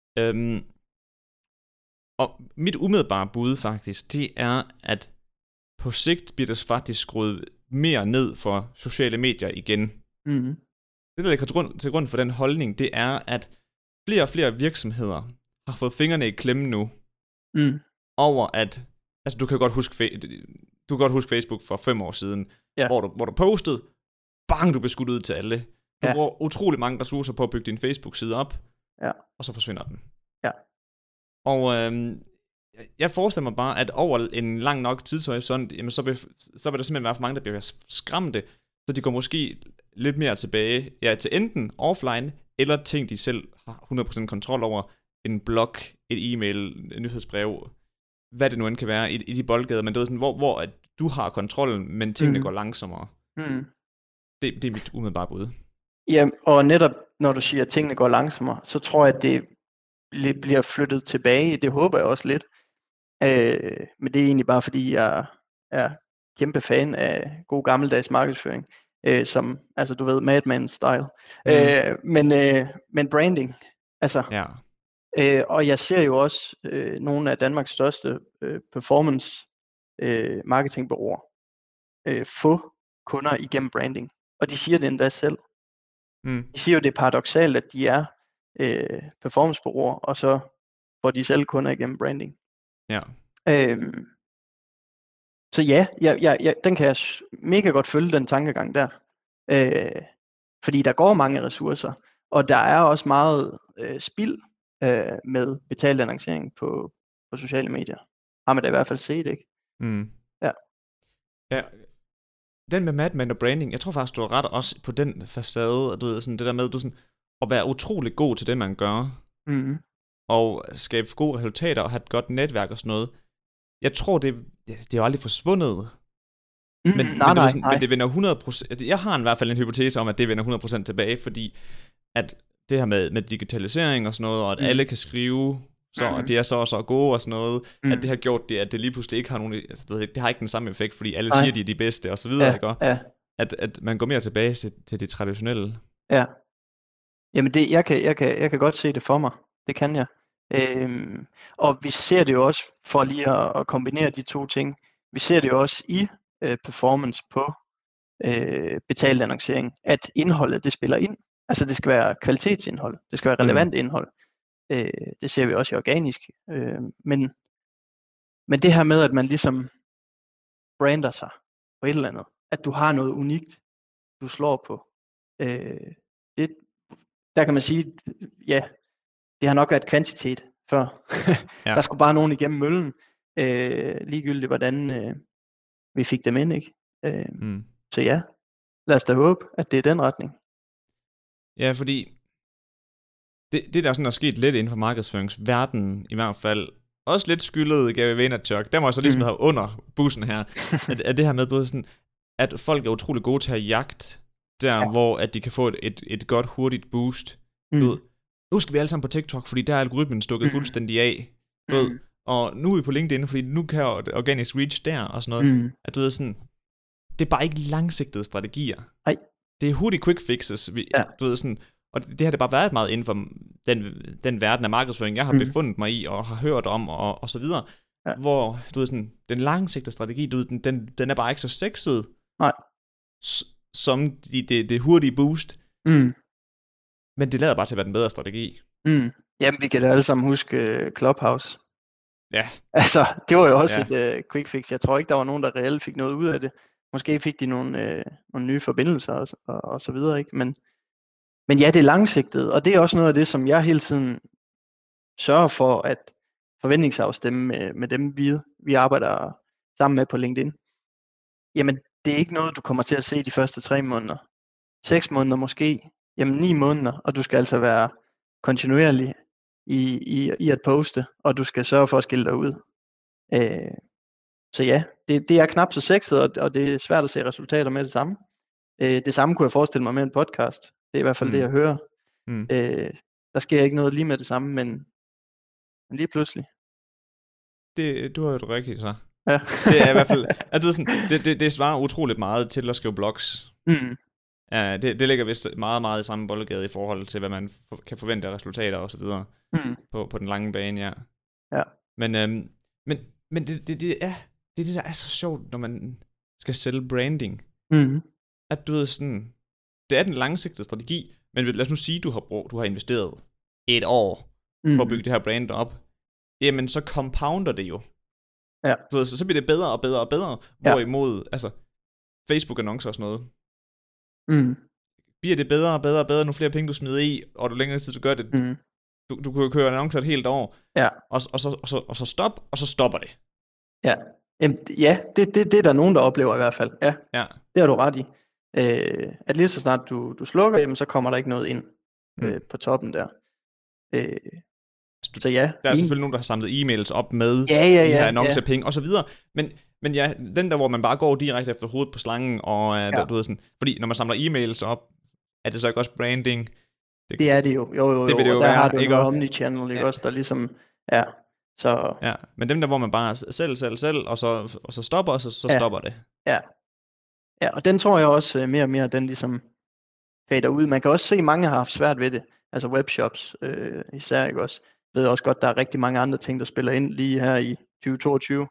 Og mit umiddelbare bud faktisk, det er, at på sigt bliver det faktisk skruet mere ned for sociale medier igen. Det, der ligger til grund for den holdning, det er, at flere og flere virksomheder har fået fingrene i klemme nu, over at, altså du kan godt huske Facebook for 5 år siden, hvor du postede, bang, du blev skudt ud til alle. Du bruger utrolig mange ressourcer på at bygge din Facebook-side op, og så forsvinder den. Og jeg forestiller mig bare, at over en lang nok tidshorisont, jamen, så vil der simpelthen være for mange, der bliver skræmte, så de går måske lidt mere tilbage til enten offline, eller ting, de selv har 100% kontrol over, en blog, et e-mail, et nyhedsbrev, hvad det nu end kan være i de boldgader, men det er sådan, hvor at du har kontrollen, men tingene går langsommere. Det er mit umiddelbare bud. Ja, og netop når du siger, at tingene går langsommere, så tror jeg, at det bliver flyttet tilbage. Det håber jeg også lidt. Men det er egentlig bare fordi, jeg er kæmpe fan af god gammeldags markedsføring. Som, altså du ved, Madman-style. Men branding, altså. Og jeg ser jo også nogle af Danmarks største performance marketingbureauer få kunder igennem branding. Og de siger det endda selv. De siger jo, det er paradoksalt, at de er performancebureauer, og så får de selv kunder igennem branding. Så ja, den kan jeg mega godt følge, den tankegang der. Fordi der går mange ressourcer, og der er også meget spild med betalt annoncering på sociale medier. Har man da i hvert fald set, ikke? Mm. Ja. Ja, den med Madman og branding, jeg tror faktisk, du har ret også på den facade, du ved, sådan det der med, du sådan, at være utrolig god til det, man gør, og skabe gode resultater, og have et godt netværk og sådan noget. Jeg tror, det er jo aldrig forsvundet. Men det vender 100%. Jeg har i hvert fald en hypotese om, at det vender 100% tilbage, fordi at det her med digitalisering og sådan noget, og at alle kan skrive, så at det er så gode og sådan noget, at det har gjort det, at det lige pludselig ikke har nogen, altså, du ved, det har ikke den samme effekt, fordi alle siger, de er de bedste og så videre, ikke? At man går mere tilbage til det traditionelle. Ja. Jamen jeg kan godt se det for mig. Det kan jeg. Og vi ser det jo også, for lige at kombinere de to ting, vi ser det jo også i performance på betalt annoncering, at indholdet det spiller ind. Altså det skal være kvalitetsindhold, det skal være relevant indhold. Det ser vi også i organisk. Men det her med, at man ligesom brander sig på et eller andet, at du har noget unikt, du slår på, der kan man sige, ja, det har nok været kvantitet før. Der skulle bare nogen igennem møllen, ligegyldigt hvordan vi fik dem ind, ikke? Så ja, lad os da håbe, at det er den retning. Ja, fordi det der sådan er sket lidt inden for markedsføringsverdenen i hvert fald, også lidt skyldet Gary Vaynerchuk, der må jeg så ligesom have under bussen her, at det her med, du ved, sådan, at folk er utrolig gode til at jagte der, hvor at de kan få et godt, hurtigt boost. Nu skal vi alle sammen på TikTok, fordi der er algoritmen stukket fuldstændig af. Og nu er vi på LinkedIn, fordi nu kan organisk reach der og sådan noget. At du ved sådan, det er bare ikke langsigtede strategier. Nej. Det er hurtige quick fixes. Du ved sådan, og det har det bare været meget inden for den verden af markedsføring, jeg har befundet mig i og har hørt om og så videre. Hvor du ved sådan, den langsigtede strategi, du ved, den er bare ikke så sexet. Nej. Som det hurtige boost. Men det lader bare til at være den bedre strategi. Jamen, vi kan da alle sammen huske Clubhouse. Ja. Altså, det var jo også et quick fix. Jeg tror ikke, der var nogen, der reelt fik noget ud af det. Måske fik de nogle nye forbindelser og så videre, ikke? Men ja, det er langsigtet, og det er også noget af det, som jeg hele tiden sørger for at forventningsafstemme med dem, vi arbejder sammen med på LinkedIn. Jamen, det er ikke noget, du kommer til at se de første 3 måneder. 6 måneder måske. Jamen 9 måneder, og du skal altså være kontinuerlig i at poste, og du skal sørge for at skille dig ud. Så ja, det er knap så sexet, og det er svært at se resultater med det samme. Det samme kunne jeg forestille mig med en podcast. Det er i hvert fald det, jeg hører. Der sker ikke noget lige med det samme, men lige pludselig. Du har jo det rigtigt så. Ja. Det er i hvert fald, altså sådan, det svarer utroligt meget til at skrive blogs. Ja, det ligger vist meget, meget i samme boldgade i forhold til, hvad man kan forvente af resultater og så videre på den lange bane, ja. Men det er det, der er så sjovt, når man skal sælge branding. At du ved sådan, det er den langsigtede strategi, men lad os nu sige, du har investeret 1 år på at bygge det her brand op. Jamen, så compounder det jo. Ja. Du ved, så bliver det bedre og bedre og bedre, hvorimod, altså, Facebook-annoncer og sådan noget. Bliver det bedre og bedre og bedre, nu flere penge du smider i, og du længere tid du gør det. Du kunne jo køre annoncer et helt år, og så stopper det. Ja, det er der nogen, der oplever i hvert fald. Ja. Det har du ret i. At lige så snart du slukker, jamen, så kommer der ikke noget ind på toppen der. Så ja. Der er selvfølgelig nogen, der har samlet e-mails op med de her annoncepenge og så videre. Men ja, den der, hvor man bare går direkte efter hovedet på slangen, og du ved sådan, fordi når man samler e-mails op, er det så ikke også branding? Det er det jo. Jo. Det vil det jo der være, har du ikke? noget omnichannel, ikke også, der ligesom, så. Ja, men dem der, hvor man bare selv, og så stopper, og så stopper det. Ja, og den tror jeg også mere og mere, den ligesom fader ud. Man kan også se, at mange har haft svært ved det. Altså webshops især, ikke også. Jeg ved også godt, der er rigtig mange andre ting, der spiller ind lige her i 2022.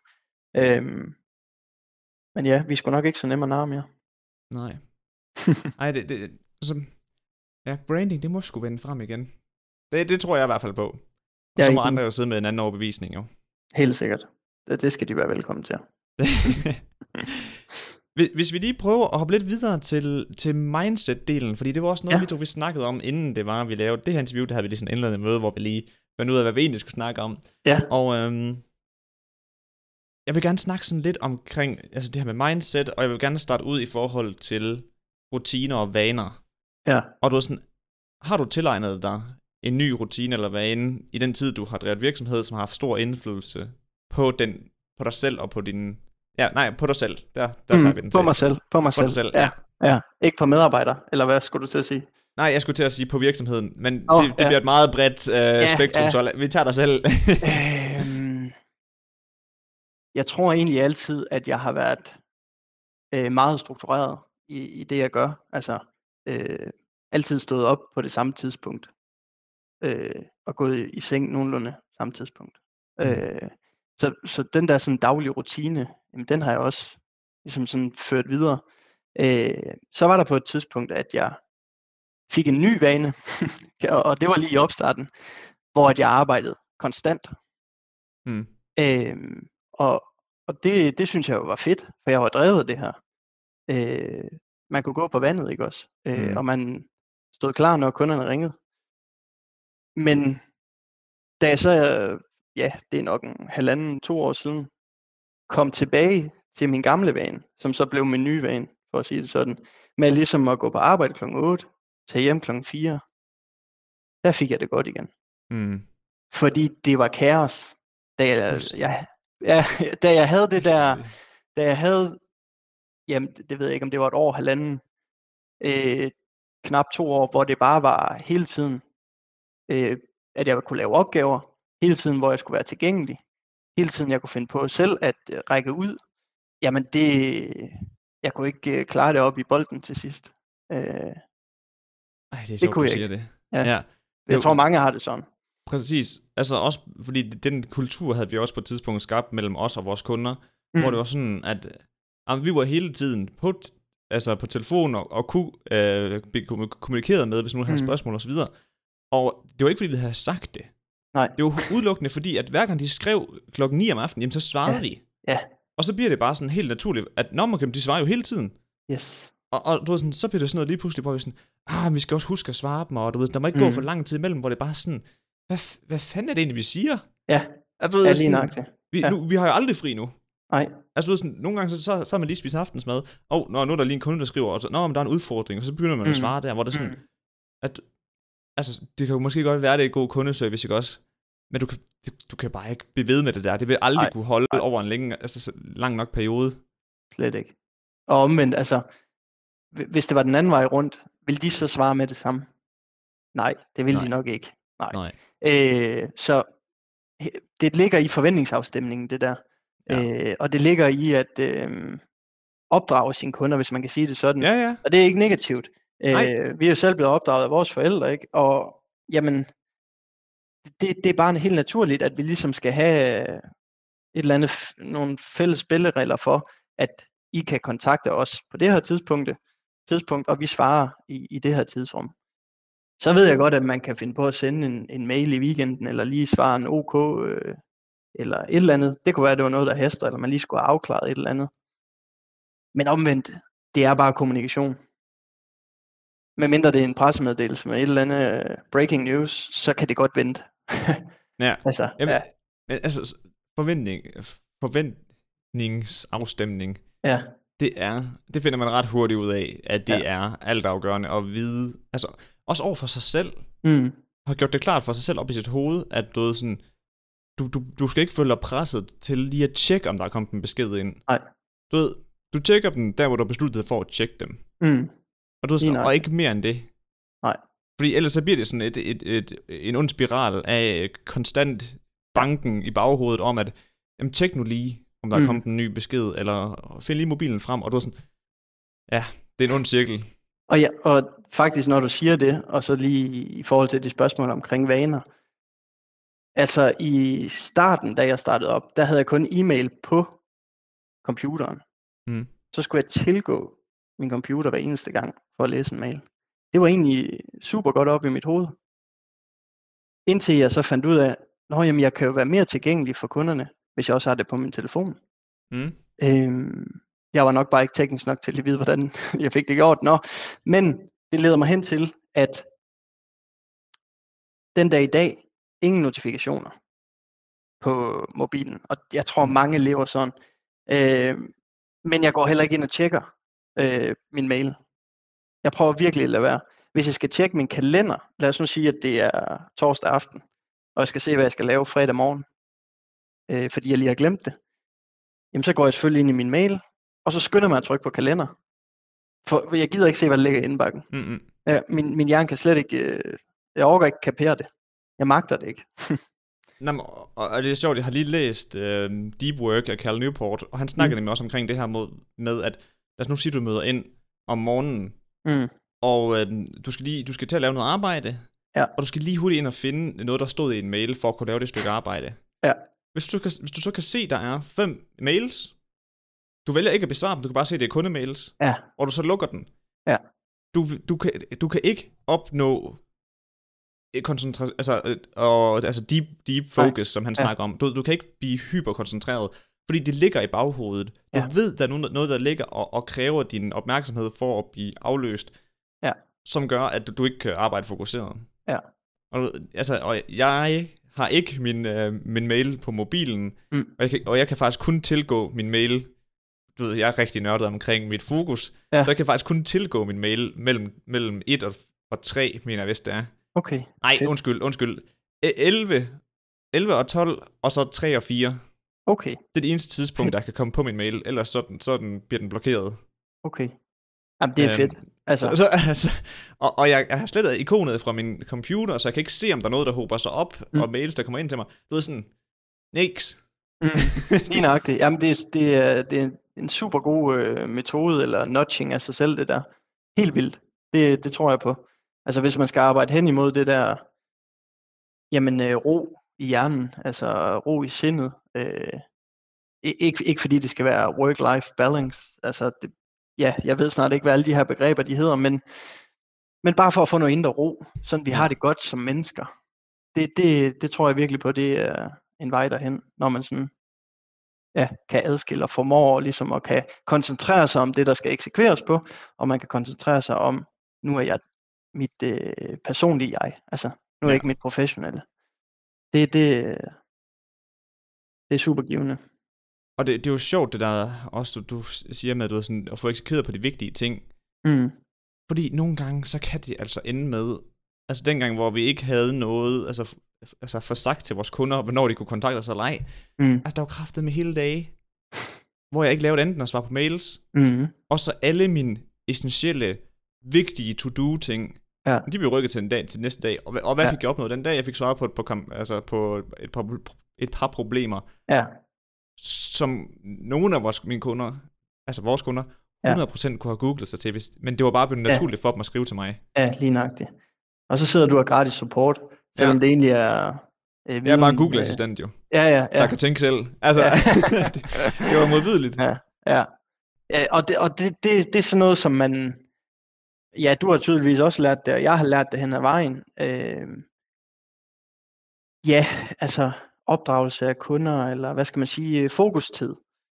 Men ja, vi er sgu nok ikke så nemme at narre mere. Nej. Ej, branding, det må sgu vende frem igen. Det tror jeg i hvert fald på. Og så må andre jo sidde med en anden overbevisning, jo. Helt sikkert. Det skal de være velkommen til. Hvis vi lige prøver at hoppe lidt videre til mindset-delen, fordi det var også noget, vi snakkede om, inden vi lavede det her interview, der havde vi lige sådan en indledende møde, hvor vi lige fandt ud af, hvad vi egentlig skulle snakke om. Ja. Og jeg vil gerne snakke sådan lidt omkring altså det her med mindset, og jeg vil gerne starte ud i forhold til rutiner og vaner. Ja. Og har du tilegnet dig en ny rutine eller vane i den tid, du har drevet virksomhed, som har haft stor indflydelse på dig selv og på din... Ja, nej, på dig selv. Der tager vi den til. På mig selv. Ja. Ikke på medarbejder, eller hvad skulle du til at sige? Nej, jeg skulle til at sige på virksomheden, men det bliver et meget bredt spektrum, så vi tager dig selv. Jeg tror egentlig altid, at jeg har været meget struktureret i det, jeg gør. Altså, altid stået op på det samme tidspunkt. Og gået i seng nogenlunde samme tidspunkt. Så den der sådan daglige rutine, jamen, den har jeg også ligesom sådan ført videre. Så var der på et tidspunkt, at jeg fik en ny vane, og det var lige i opstarten, hvor at jeg arbejdede konstant. Og det synes jeg jo var fedt, for jeg var drevet det her. Man kunne gå på vandet, ikke også? Og man stod klar, når kunderne ringede. Men da jeg så, det er nok 1,5-2 år siden, kom tilbage til min gamle vane, som så blev min nye vane, for at sige det sådan, med ligesom at gå på arbejde kl. 8, tage hjem kl. 4, der fik jeg det godt igen. Fordi det var kaos, da jeg havde det der, da jeg havde, jamen det ved jeg ikke, om det var 1 år, 1,5, knap 2 år, hvor det bare var hele tiden, at jeg kunne lave opgaver, hele tiden, hvor jeg skulle være tilgængelig, hele tiden, jeg kunne finde på selv at række ud, jamen jeg kunne ikke klare det op i bolden til sidst. Det er sjovt, du siger det. Ja. Jeg tror, mange har det sådan. Præcis. Altså også, fordi den kultur havde vi også på et tidspunkt skabt mellem os og vores kunder, hvor det var sådan, at vi var hele tiden på telefon og kunne blive kommunikeret med, hvis nogen havde spørgsmål og så videre. Og det var ikke, fordi vi havde sagt det. Nej. Det var udelukkende, fordi at hver gang de skrev 9:00 om aftenen, jamen så svarede vi. Ja. Og så bliver det bare sådan helt naturligt, at de svarer jo hele tiden. Yes. Og du ved sådan, så bliver det sådan noget lige pludselig, hvor vi sådan, vi skal også huske at svare dem, og du ved, der må ikke gå for lang tid imellem, hvor det bare sådan, hvad fanden er det egentlig, vi siger? Ja, altså, du ved, lige nok det. Vi har jo aldrig fri nu. Nej. Altså du ved sådan, nogle gange så har man lige spist aftensmad, og nu er der lige en kunde, der skriver, og så, men der er en udfordring, og så begynder man at svare der, hvor det er sådan, at, altså det kan jo måske godt være, det er god kundeservice, ikke også? Men du kan bare ikke blive ved med det der. Det vil aldrig kunne holde over en lang nok periode. Slet ikke. Og omvendt, altså, hvis det var den anden vej rundt, vil de så svare med det samme? Nej, det vil de nok ikke. Nej. Så det ligger i forventningsafstemningen, det der. Ja. Og det ligger i at opdrage sine kunder, hvis man kan sige det sådan. Ja. Og det er ikke negativt. Vi er jo selv blevet opdraget af vores forældre, ikke? Og jamen, det er bare helt naturligt, at vi ligesom skal have nogle fælles spilleregler for, at I kan kontakte os på det her tidspunkt, og vi svarer i det her tidsrum. Så ved jeg godt, at man kan finde på at sende en mail i weekenden, eller lige svare en OK, eller et eller andet. Det kunne være, at det var noget, der haster, eller man lige skulle have afklaret et eller andet. Men omvendt, det er bare kommunikation. Medmindre det er en pressemeddelelse med et eller andet breaking news, så kan det godt vente. Ja. Altså, forventningsafstemning. Ja. Det finder man ret hurtigt ud af, at det er altafgørende at vide, altså også over for sig selv, har gjort det klart for sig selv op i sit hoved, at du skal ikke føle dig presset til lige at tjekke, om der er kommet en besked ind. Nej. Du tjekker dem der, hvor du har besluttet for at tjekke dem. Og ikke mere end det. Nej. Fordi ellers så bliver det sådan en ond spiral af konstant banken i baghovedet om, at jamen, tjek nu lige, om der er kommet en ny besked, eller find lige mobilen frem, og du er sådan, ja, det er en ond cirkel. Og faktisk, når du siger det, og så lige i forhold til de spørgsmål omkring vaner, altså i starten, da jeg startede op, der havde jeg kun e-mail på computeren. Så skulle jeg tilgå min computer hver eneste gang for at læse en mail. Det var egentlig super godt op i mit hoved. Indtil jeg så fandt ud af, jamen jeg kan jo være mere tilgængelig for kunderne, hvis jeg også har det på min telefon. Jeg var nok bare ikke teknisk nok til at vide, hvordan jeg fik det gjort. Nå. Men det leder mig hen til, at den dag i dag, ingen notifikationer på mobilen. Og jeg tror, mange lever sådan. Men jeg går heller ikke ind og tjekker min mail. Jeg prøver virkelig at lade være. Hvis jeg skal tjekke min kalender, lad os nu sige, at det er torsdag aften, og jeg skal se, hvad jeg skal lave fredag morgen, fordi jeg lige har glemt det, jamen så går jeg selvfølgelig ind i min mail, og så skynder jeg mig at trykke på kalender. For jeg gider ikke se, hvad der ligger i indbakken. Min hjerne kan slet ikke, jeg overgår ikke kapere det. Jeg magter det ikke. Nå, og det er sjovt, jeg har lige læst Deep Work af Cal Newport, og han snakker nemlig også omkring det her med, at lad os nu sige, du møder ind om morgenen, og du skal til at lave noget arbejde, og du skal lige hurtigt ind og finde noget, der stod i en mail, for at kunne lave det stykke arbejde. Ja. Hvis du så kan se, der er 5 mails, du vælger ikke at besvare dem, du kan bare se, at det er kundemails, og du så lukker den. Ja. Du kan ikke opnå deep focus, som han snakker om. Du kan ikke blive hyperkoncentreret, fordi det ligger i baghovedet. Du ved, der er noget, der ligger og kræver din opmærksomhed for at blive afløst, som gør, at du ikke kan arbejde fokuseret. Ja. Og jeg har ikke min mail på mobilen, og jeg kan faktisk kun tilgå min mail. Du ved, jeg er rigtig nørdet omkring mit fokus, så jeg kan faktisk kun tilgå min mail mellem 1 og 3, mener jeg, hvis det er. Okay. Nej, undskyld. 11 og 12, og så 3 og 4. Okay. Det er det eneste tidspunkt, der kan komme på min mail, ellers sådan bliver den blokeret. Okay. Jamen, det er fedt. Og jeg har slettet ikonet fra min computer, så jeg kan ikke se, om der er noget, der hober sig op, og mails, der kommer ind til mig. Du ved sådan, niks. Lige nøjagtigt. Jamen, det er en super god metode, eller nudging af sig selv, det der. Helt vildt. Det tror jeg på. Altså hvis man skal arbejde hen imod det der, jamen ro i hjernen, altså ro i sindet, ikke fordi det skal være work-life balance, altså jeg ved snart ikke, hvad alle de her begreber de hedder, men bare for at få noget indre ro, sådan vi har det godt som mennesker. Det tror jeg virkelig på, det er en vej derhen, når man sådan, kan adskille og formår ligesom at kan koncentrere sig om det, der skal eksekveres på, og man kan koncentrere sig om, nu er jeg mit personlige jeg, altså nu er jeg ikke mit professionelle. Det er super givende. Og det er jo sjovt, det der også du siger med, at du er sådan, at få eksekveret på de vigtige ting. Fordi nogle gange, så kan det altså ende med, altså dengang, hvor vi ikke havde noget, altså for sagt til vores kunder, hvornår de kunne kontakte os eller ej. Altså der var kraftet med hele dage, hvor jeg ikke lavede andet end at svare på mails. Og så alle mine essentielle, vigtige to-do-ting, de blev rykket til næste dag. Og hvad fik jeg opnået den dag? Jeg fik svaret på et par problemer, som nogle af mine kunder, altså vores kunder, 100% kunne have googlet sig til, men det var bare blevet naturligt for dem at skrive til mig. Ja, lige nøjagtigt. Og så sidder du og gratis support, selvom det egentlig er... jeg er bare Google-assistent jo. Der kan tænke selv. Altså, det var modbydeligt. Og det er sådan noget, som man... Ja, du har tydeligvis også lært det, og jeg har lært det hen ad vejen. Altså opdragelse af kunder, eller hvad skal man sige, fokustid.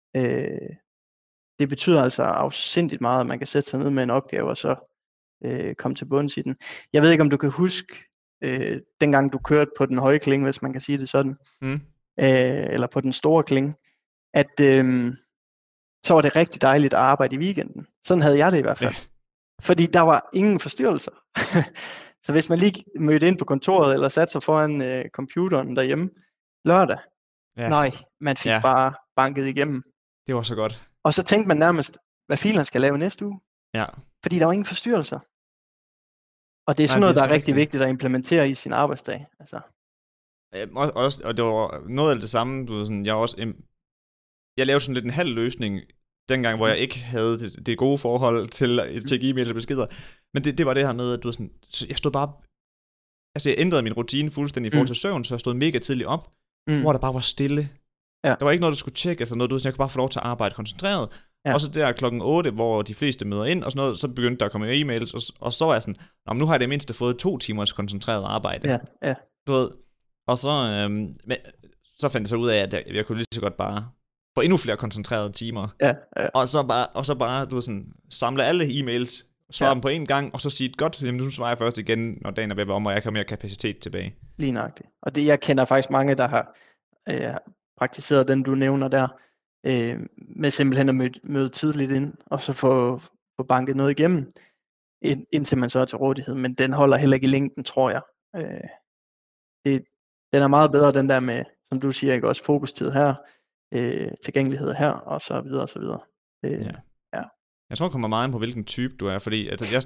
Det betyder altså afsindigt meget, at man kan sætte sig ned med en opgave, og så komme til bunds i den. Jeg ved ikke, om du kan huske, dengang du kørte på den høje klinge, hvis man kan sige det sådan, eller på den store klinge, at så var det rigtig dejligt at arbejde i weekenden. Sådan havde jeg det i hvert fald. Fordi der var ingen forstyrrelser. Så hvis man lige mødte ind på kontoret, eller satte sig foran computeren derhjemme lørdag, nej, man fik bare banket igennem. Det var så godt. Og så tænkte man nærmest, hvad filen skal lave næste uge. Ja. Fordi der var ingen forstyrrelser. Og det er sådan noget, der er rigtig vigtigt at implementere i sin arbejdsdag. Altså. Og det var noget af det samme, du ved, sådan, jeg lavede sådan lidt en halv løsning, dengang, hvor jeg ikke havde det gode forhold til at tjekke e-mails og beskeder. Men det var det her med, at du ved, sådan, jeg stod bare... Altså, jeg ændrede min rutine fuldstændig i forhold til søvn, så jeg stod mega tidligt op, hvor der bare var stille. Ja. Der var ikke noget, der skulle tjekke, altså noget, jeg kunne bare få lov til at arbejde koncentreret. Ja. Og så der klokken 8, hvor de fleste møder ind og sådan noget, så begyndte der at komme e-mails, og så var jeg sådan, nu har jeg det mindste fået 2 timers koncentreret arbejde. Ja. Du ved, og så fandt jeg så ud af, at jeg kunne lige så godt bare få endnu flere koncentrerede timer. Ja. Og så bare du ved, sådan, samle alle e-mails, svare dem på en gang, og så sige, godt, jamen, nu svarer jeg først igen, når dagen er ved at være om, og jeg kan have mere kapacitet tilbage. Lige nøjagtigt. Og det, jeg kender faktisk mange, der har praktiseret den, du nævner der, med simpelthen at møde tidligt ind, og så få banket noget igennem, indtil man så er til rådighed. Men den holder heller ikke i længden, tror jeg. Den er meget bedre, den der med, som du siger, ikke også fokustid her, tilgængelighed her, og så videre, og så videre. Ja. Jeg tror, det kommer meget ind på, hvilken type du er, fordi altså, jeg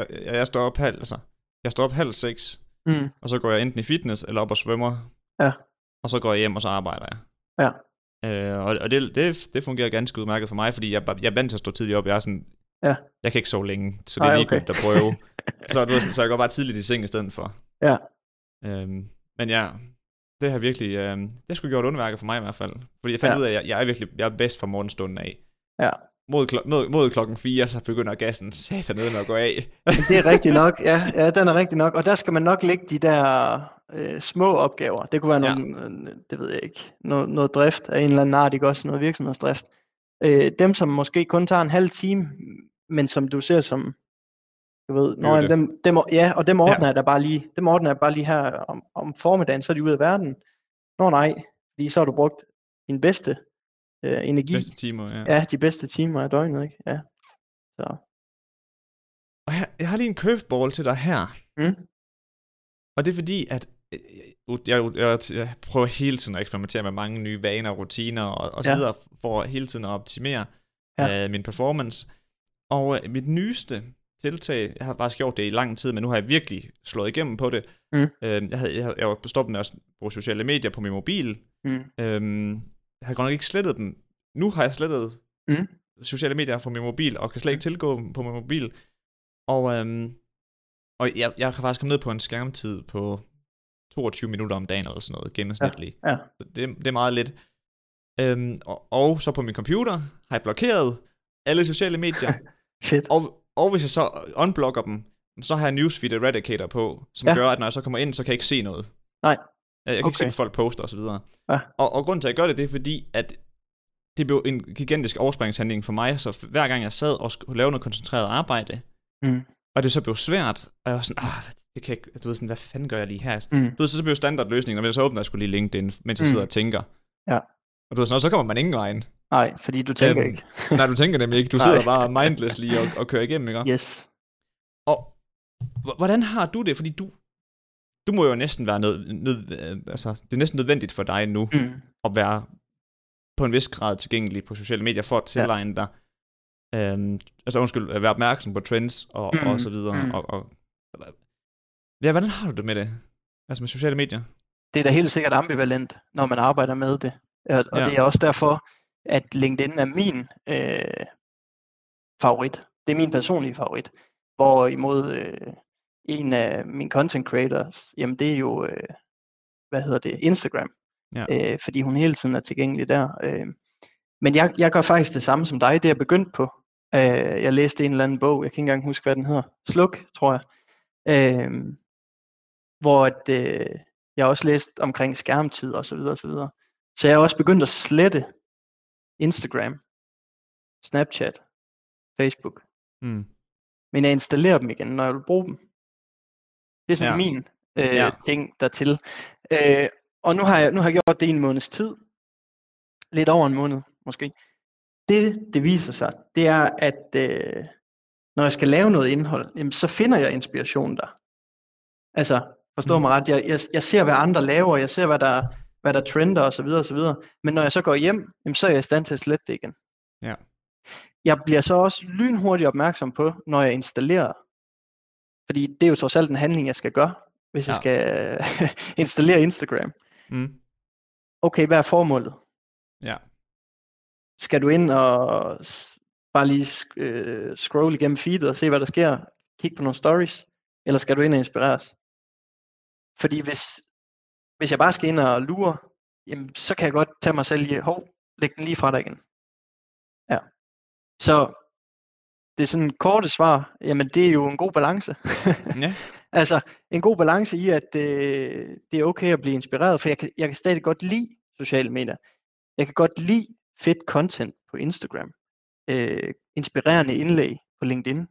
står op halv 6, og så går jeg enten i fitness, eller op og svømmer, og så går jeg hjem, og så arbejder jeg. Ja. Og det fungerer ganske udmærket for mig, fordi jeg er vant til at stå tidligt op. Jeg er sådan, jeg kan ikke sove længe, så det er ligegyldigt at prøve. Så jeg går bare tidligt i seng i stedet for. Ja. Men ja, det har virkelig, det har sgu gjort underværker for mig i hvert fald. Fordi jeg fandt ud af, at jeg er bedst fra morgenstunden af. Ja. Mod klokken 4, så begynder gassen satan ned med at gå af. Det er rigtigt nok, ja, den er rigtig nok. Og der skal man nok lægge de der små opgaver. Det kunne være nogle, det ved jeg ikke, noget drift af en eller anden art, ikke også noget virksomhedsdrift. Dem, som måske kun tager en halv time, men som du ser som, du ved, dem ordner jeg da bare lige. Dem ordner jeg bare lige her om formiddagen, så er de ude af verden. Nej, fordi så har du brugt din bedste energi. Bedste timer, ja, de bedste timer af døgnet, ikke? Ja. Så. Og jeg har lige en curveball til dig her. Og det er fordi, at jeg prøver hele tiden at eksperimentere med mange nye vaner, rutiner og så videre, for hele tiden at optimere min performance. Og mit nyeste tiltag, jeg har bare gjort det i lang tid, men nu har jeg virkelig slået igennem på det. Jeg var stoppet med at bruge sociale medier på min mobil. Jeg har godt nok ikke slettet dem. Nu har jeg slettet sociale medier fra min mobil, og kan slet ikke tilgå på min mobil. Og jeg kan faktisk komme ned på en skærmtid på 22 minutter om dagen, eller sådan noget, gennemsnitligt. Ja. Så det er meget lidt. Og så på min computer har jeg blokeret alle sociale medier. Shit. Og hvis jeg så unblocker dem, så har jeg Newsfeed Eradicator på, som gør, at når jeg så kommer ind, så kan jeg ikke se noget. Nej. Jeg kan ikke se, hvad folk poster og så videre. Ja. Og grunden til, at jeg gør det, det er fordi, at det blev en gigantisk overspringshandling for mig, så hver gang jeg sad og skulle lave noget koncentreret arbejde, og det så blev svært, og jeg var sådan, det kan ikke, du ved sådan, hvad fanden gør jeg lige her? Du ved, så blev standardløsningen, og så åbner jeg skulle lige LinkedIn, mens jeg sidder og tænker. Ja. Og du ved sådan, og så kommer man ingen vejen. Nej, fordi du tænker ikke. Nej, du tænker nemlig ikke. Du sidder bare mindless lige og kører igennem, ikke? Yes. Og hvordan har du det? Fordi du må jo næsten være altså, det er næsten nødvendigt for dig nu at være på en vis grad tilgængelig på sociale medier for at tilegne dig, at være opmærksom på trends og så videre. Ja, hvordan har du det med det? Altså med sociale medier? Det er da helt sikkert ambivalent, når man arbejder med det. Og det er også derfor, at LinkedIn er min favorit. Det er min personlige favorit. Hvorimod en af mine content creators, jamen det er jo, Instagram. Ja. Fordi hun hele tiden er tilgængelig der. Men jeg gør faktisk det samme som dig. Det er jeg begyndt på. Jeg læste en eller anden bog, jeg kan ikke engang huske, hvad den hedder. Sluk, tror jeg. Hvor jeg også læste omkring skærmtid og så videre og så videre. Så jeg er også begyndt at slette Instagram, Snapchat, Facebook. Men jeg installerer dem igen, når jeg vil bruge dem. Det er sådan min ting dertil. Og nu har jeg gjort det i en måneds tid. Lidt over en måned, måske. Det viser sig, det er, at når jeg skal lave noget indhold, jamen, så finder jeg inspiration der. Altså, forstå mig ret, jeg ser, hvad andre laver, jeg ser, hvad der trender og så videre og så videre. Men når jeg så går hjem, jamen, så er jeg i stand til at slette det igen. Ja. Jeg bliver så også lynhurtigt opmærksom på, når jeg installerer. Fordi det er jo trods alt en handling, jeg skal gøre, hvis jeg skal installere Instagram. Okay, hvad er formålet? Ja. Skal du ind og bare lige scroll igennem feedet og se, hvad der sker? Kig på nogle stories? Eller skal du ind og inspireres? Fordi hvis jeg bare skal ind og lure, jamen, så kan jeg godt tage mig selv i, læg den lige fra dig igen. Ja. Så det er sådan en korte svar, jamen det er jo en god balance. Ja. Altså en god balance i, at det er okay at blive inspireret, for jeg kan stadig godt lide sociale medier. Jeg kan godt lide fedt content på Instagram, inspirerende indlæg på LinkedIn.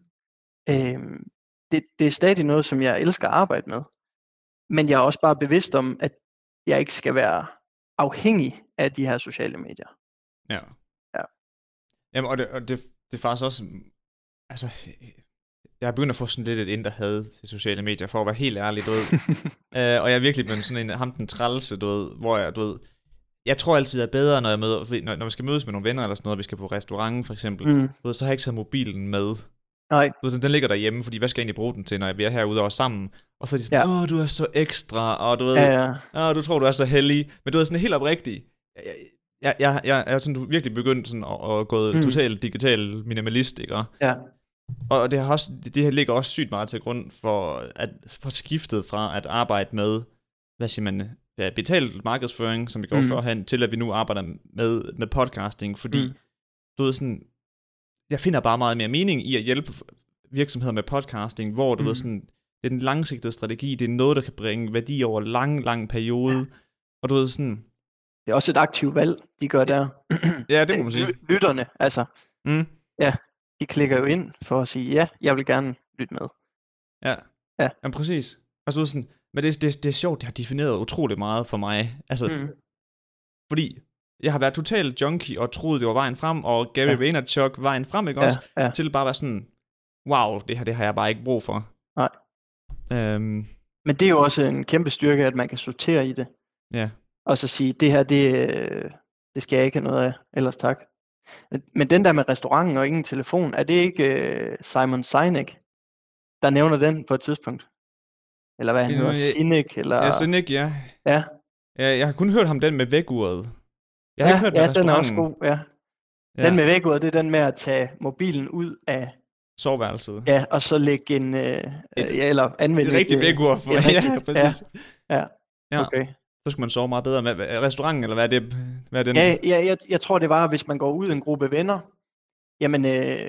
Det er stadig noget, som jeg elsker at arbejde med. Men jeg er også bare bevidst om, at jeg ikke skal være afhængig af de her sociale medier. Ja. Ja. Jamen, og det er faktisk også, altså, jeg er begyndt at få sådan lidt et indre had til sociale medier, for at være helt ærlig, du ved. Og jeg er virkelig blevet sådan ham den trælse, du ved, hvor jeg, du ved, jeg tror altid, jeg er bedre, når jeg møder, når vi skal mødes med nogle venner eller sådan noget, vi skal på restaurant for eksempel, du ved, så har jeg ikke taget mobilen med. Nej. Du ved, den ligger derhjemme, fordi hvad skal jeg egentlig bruge den til, når vi er herude og sammen? Og så er de sådan, du er så ekstra, og du ved, du tror, du er så heldig, men du er sådan helt oprigtig. Jeg er sådan virkelig begyndt sådan at gå totalt digital minimalist, ikke? Ja. Og det her ligger også sygt meget til grund for skiftet fra at arbejde med, hvad siger man, betalt markedsføring, som vi gjorde førhen, til at vi nu arbejder med podcasting, fordi du ved sådan, jeg finder bare meget mere mening i at hjælpe virksomheder med podcasting, hvor du ved sådan, det er den langsigtede strategi, det er noget, der kan bringe værdi over lang periode, og du ved sådan. Det er også et aktivt valg, de gør der. Ja, det må man sige. Lytterne, altså. Ja, de klikker jo ind for at sige, ja, jeg vil gerne lytte med. Ja. Jamen præcis. Altså sådan, men det er sjovt, det har defineret utroligt meget for mig. Altså, fordi jeg har været totalt junkie og troede, det var vejen frem, og Gary Vaynerchuk vejen frem, ikke også? Ja. Til bare være sådan, wow, det har jeg bare ikke brug for. Nej. Men det er jo også en kæmpe styrke, at man kan sortere i det. Ja. Og så sige, det her, det skal jeg ikke have noget af, ellers tak. Men den der med restauranten og ingen telefon, er det ikke Simon Sinek, der nævner den på et tidspunkt? Eller hvad han hedder? Sinek? Eller... Ja, Sinek, ja. Ja. Jeg har kun hørt ham den med vækkeuret. Jeg har ikke hørt med den er også god, ja. Den med vækkeuret, det er den med at tage mobilen ud af soveværelset. Ja, og så lægge en, eller anvende et rigtigt vækkeur for. Ja, præcis. Ja. Okay. Så skulle man sove meget bedre med restauranten, eller hvad er det? Hvad er den? Ja, jeg tror det var, hvis man går ud en gruppe venner, jamen,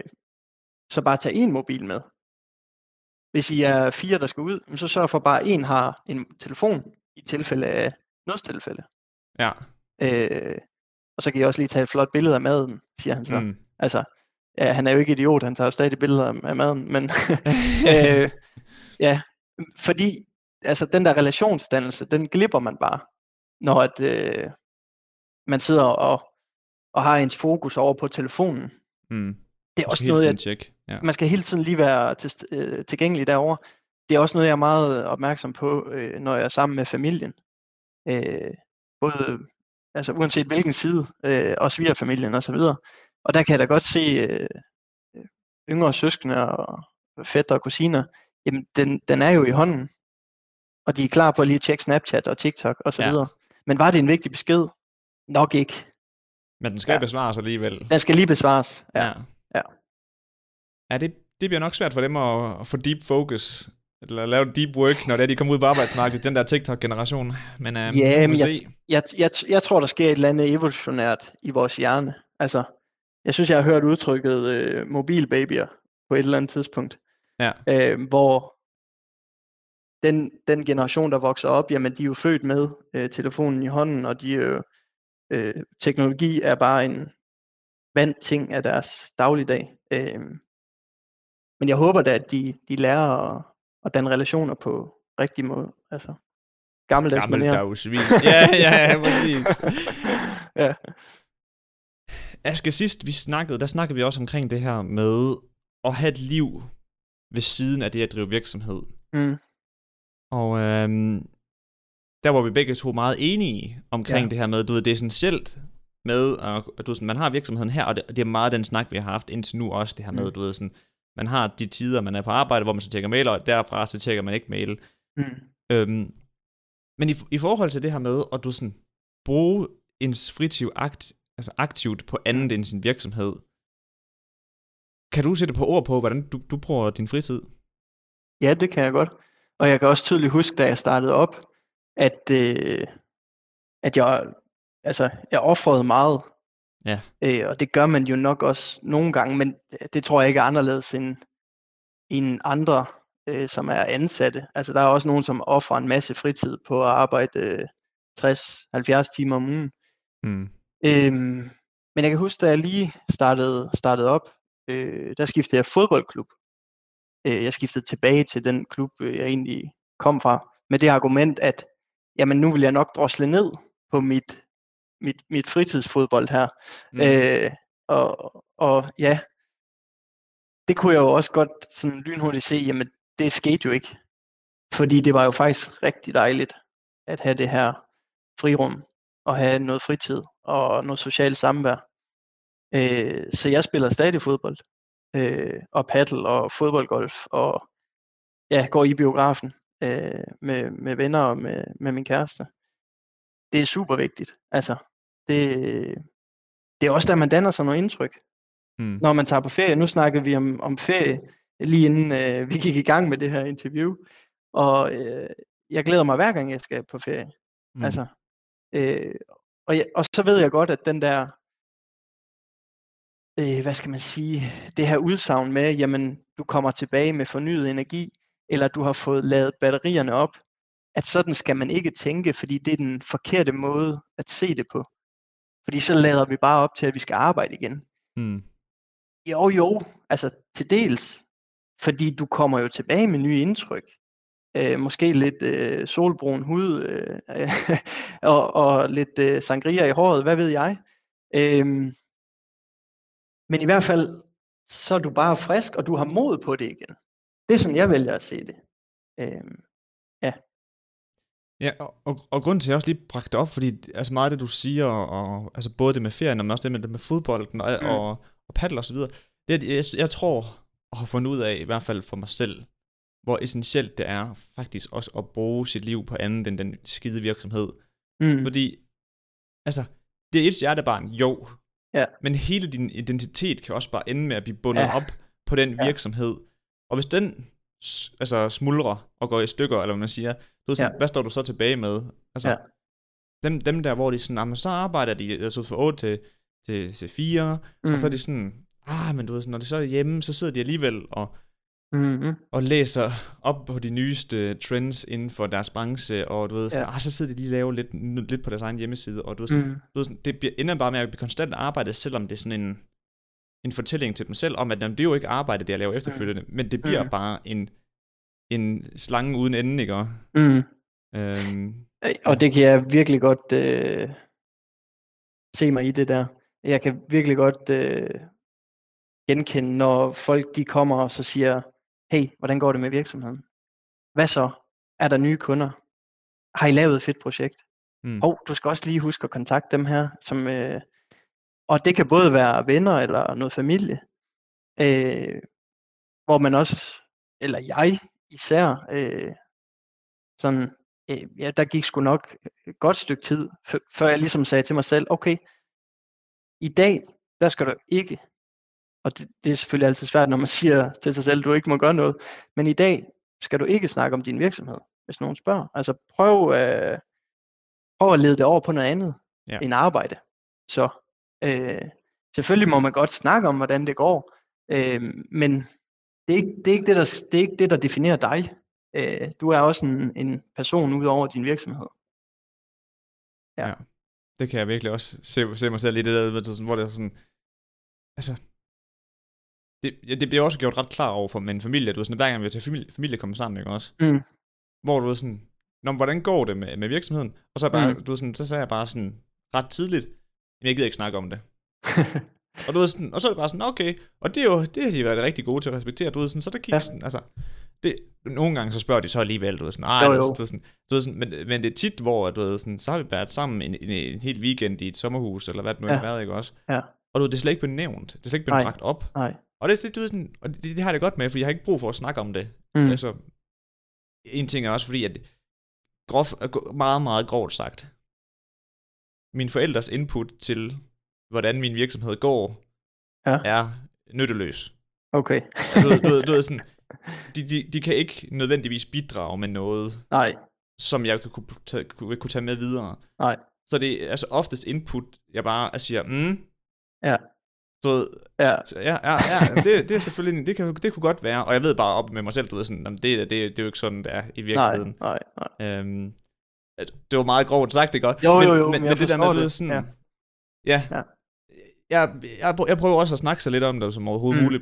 så bare tage en mobil med. Hvis I er 4, der skal ud, så sørg for, at bare en har en telefon, i tilfælde af nødstilfælde. Ja. Og så kan I også lige tage et flot billede af maden, siger han så. Altså, ja, han er jo ikke idiot, han tager jo stadig billeder af maden, men ja, fordi altså den der relationsdannelse, den glipper man bare, når at man sidder og har ens fokus over på telefonen. Det er også noget, man skal hele tiden lige være tilgængelig derovre. Det er også noget, jeg er meget opmærksom på, når jeg er sammen med familien. Både, altså uanset hvilken side, og svigerfamilien og så videre. Og der kan jeg da godt se yngre søskende og fætter og kusiner, jamen den er jo i hånden. Og de er klar på at lige tjekke Snapchat og TikTok og så videre. Men var det en vigtig besked? Nok ikke. Men den skal besvares alligevel. Den skal lige besvares, ja. Ja, det bliver nok svært for dem at få deep focus, eller lave deep work, når de kommer ud på arbejdsmarkedet, den der TikTok-generation. Men jeg tror, der sker et eller andet evolutionært i vores hjerne. Altså, jeg synes, jeg har hørt udtrykket mobilbabyer på et eller andet tidspunkt. Ja. Hvor den generation, der vokser op, jamen de er jo født med telefonen i hånden, og de er jo, teknologi er bare en vant ting af deres dagligdag. Men jeg håber da, at de lærer at danne relationer på rigtig måde. Altså, gammeldags vis. Ja, præcis. Ja. Aske, sidst vi snakkede vi også omkring det her med at have et liv ved siden af det at drive virksomhed. Og der var vi begge to meget enige omkring det her med, du ved, det er essentielt med, at du, sådan, man har virksomheden her, og det er meget den snak, vi har haft indtil nu også, det her med, du ved, sådan, man har de tider, man er på arbejde, hvor man så tjekker mail, og derfra så tjekker man ikke mail. Men i forhold til det her med, at du sådan bruge ens fritid aktivt på andet end sin virksomhed, kan du sætte på ord på, hvordan du bruger din fritid? Ja, det kan jeg godt. Og jeg kan også tydeligt huske, da jeg startede op, at jeg ofrede meget. Ja. Og det gør man jo nok også nogle gange, men det tror jeg ikke er anderledes end andre, som er ansatte. Altså der er også nogen, som offrer en masse fritid på at arbejde 60-70 timer om ugen. Men Men jeg kan huske, da jeg lige startede op, der skiftede jeg fodboldklub. Jeg skiftede tilbage til den klub, jeg egentlig kom fra, med det argument, at jamen, nu vil jeg nok drosle ned på mit fritidsfodbold her. Og ja, det kunne jeg jo også godt sådan lynhurtigt se, jamen det skete jo ikke. Fordi det var jo faktisk rigtig dejligt at have det her frirum, og have noget fritid og noget socialt samvær. Så jeg spiller stadig fodbold, og paddle og fodboldgolf, og ja, går i biografen med venner og med min kæreste. Det er super vigtigt. Altså, det er også der, man danner sig noget indtryk. Når man tager på ferie. Nu snakkede vi om ferie, lige inden vi gik i gang med det her interview. Og jeg glæder mig hver gang, jeg skal på ferie. Altså, og så ved jeg godt, at den der, hvad skal man sige, det her udsagn med, jamen, du kommer tilbage med fornyet energi, eller du har fået ladet batterierne op, at sådan skal man ikke tænke, fordi det er den forkerte måde at se det på. Fordi så lader vi bare op til, at vi skal arbejde igen. Jo, altså til dels, fordi du kommer jo tilbage med nye indtryk. Måske lidt solbrun hud, og lidt sangria i håret, hvad ved jeg. Men i hvert fald, så er du bare frisk, og du har mod på det igen. Det er sådan, jeg vælger at se det. Ja. Ja, og grunden til, at jeg også lige bragte det op, fordi altså meget af det, du siger, og altså både det med ferien, men også det med fodbolden og paddle og så videre, det jeg tror, og har fundet ud af, i hvert fald for mig selv, hvor essentielt det er faktisk også at bruge sit liv på andet end den skide virksomhed. Fordi, altså, det er et hjertebarn, jo, men hele din identitet kan også bare ende med at blive bundet op på den virksomhed. Og hvis den altså smuldrer og går i stykker, eller hvad man siger, hvad står du så tilbage med? Altså, dem der, hvor de sådan, så arbejder de altså fra 8 til 4, og så er de sådan, men du ved, når de så er hjemme, så sidder de alligevel og læser op på de nyeste trends inden for deres branche, og du ved, sådan, så sidder de lige og laver lidt på deres egen hjemmeside, og du ved, sådan, det ender bare med at blive konstant arbejde, selvom det er sådan en fortælling til dem selv, om at det er jo ikke arbejde, det jeg laver efterfølgende, men det bliver bare en slange uden ende, ikke? Og det kan jeg virkelig godt se mig i det der. Jeg kan virkelig godt genkende, når folk de kommer og så siger, hey, hvordan går det med virksomheden? Hvad så? Er der nye kunder? Har I lavet et fedt projekt? Du skal også lige huske at kontakte dem her, og det kan både være venner eller noget familie, hvor man også, eller jeg især, der gik sgu nok et godt stykke tid, før jeg ligesom sagde til mig selv, okay, i dag, der skal du ikke, og det er selvfølgelig altid svært, når man siger til sig selv, du ikke må gøre noget, men i dag skal du ikke snakke om din virksomhed, hvis nogen spørger. Altså prøv at lede det over på noget andet end arbejde. Så selvfølgelig må man godt snakke om, hvordan det går, men det er ikke det, der definerer dig. Du er også en person ud over din virksomhed. Ja. Det kan jeg virkelig også se mig selv i det der, hvor det er sådan, altså, det bliver også gjort ret klar over for min familie, du ved, sådan, hver gang vi er til familie kommer sammen, ikke også? Hvor du ved sådan, hvordan går det med virksomheden? Og så bare, du ved, sådan, så sagde jeg bare sådan, ret tidligt, jeg gider ikke snakke om det. Og du ved sådan, og så er det bare sådan, okay, og det har de været rigtig gode til at respektere, du ved sådan, så der gik sådan, altså, nogle gange så spørger de så alligevel, du ved sådan, men det er tit, hvor du ved sådan, så har vi været sammen en hel weekend i et sommerhus, eller hvad det nu har været, ikke også? Og du ved, det er slet ikke blevet nævnt, det er slet ikke blevet bragt op. Og det du ved sådan, og det har jeg godt med, fordi jeg har ikke brug for at snakke om det. Altså, en ting er også fordi, at meget, meget grovt sagt, mine forældres input til, hvordan min virksomhed går, er nytteløs. Okay. Du ved sådan, de kan ikke nødvendigvis bidrage med noget, som jeg kunne tage med videre. Så det er altså oftest input, jeg bare siger, du ved, det er selvfølgelig, det kunne godt være, og jeg ved bare op med mig selv, du ved sådan, det er jo ikke sådan, det er i virkeligheden. Nej. Det var meget grovt sagt, det godt. Jo, men det der med, du ved sådan, jeg prøver også at snakke så lidt om det som overhovedet Mm. muligt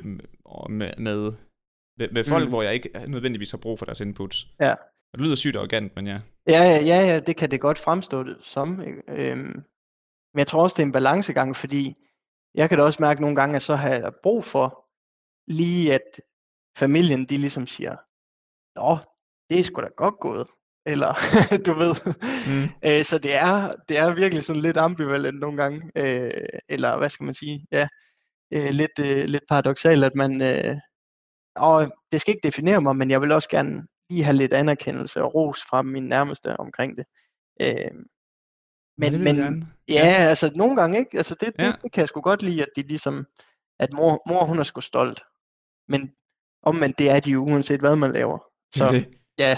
med folk, Mm. hvor jeg ikke nødvendigvis har brug for deres inputs. Ja. Og det lyder sygt arrogant, men ja. Ja, det kan det godt fremstå det som. Ikke? Men jeg tror også, det er en balancegang, fordi jeg kan da også mærke nogle gange, at så har jeg brug for lige, at familien, de ligesom siger, nå, det er sgu da godt gået. Eller, du ved. Så det er virkelig sådan lidt ambivalent nogle gange. Eller, hvad skal man sige? Ja, lidt paradoksalt, at man, det skal ikke definere mig, men jeg vil også gerne lige have lidt anerkendelse og ros fra min nærmeste omkring det. Men det vil jeg gerne. Ja, altså nogle gange, ikke? Altså det kan jeg sgu godt lide, at de ligesom, at mor hun er sgu stolt. Men omvendt, det er de jo uanset hvad man laver. Så det. ja.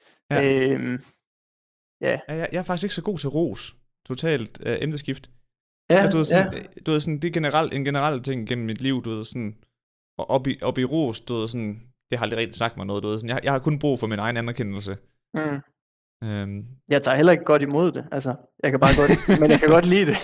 Ja. Jeg er faktisk ikke så god til ros. Totalt emneskift. Ja, du ved sådan, det er en generel ting gennem mit liv, du ved sådan, op i ros, du ved sådan, det har aldrig rigtig sagt mig noget, du ved sådan, jeg har kun brug for min egen anerkendelse. Jeg tager heller ikke godt imod det, altså, jeg kan bare godt, men jeg kan godt lide det.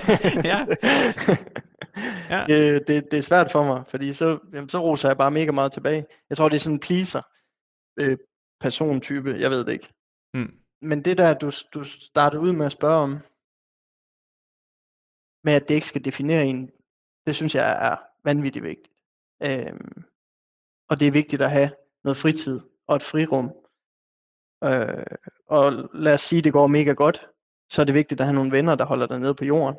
Det er svært for mig, fordi så roser jeg bare mega meget tilbage. Jeg tror, det er sådan en pleaser persontype, jeg ved det ikke. Men det der, du startede ud med at spørge om, med at det ikke skal definere en, det synes jeg er vanvittigt vigtigt. Og det er vigtigt at have noget fritid og et frirum. Og lad os sige, det går mega godt, så er det vigtigt at have nogle venner, der holder dig nede på jorden.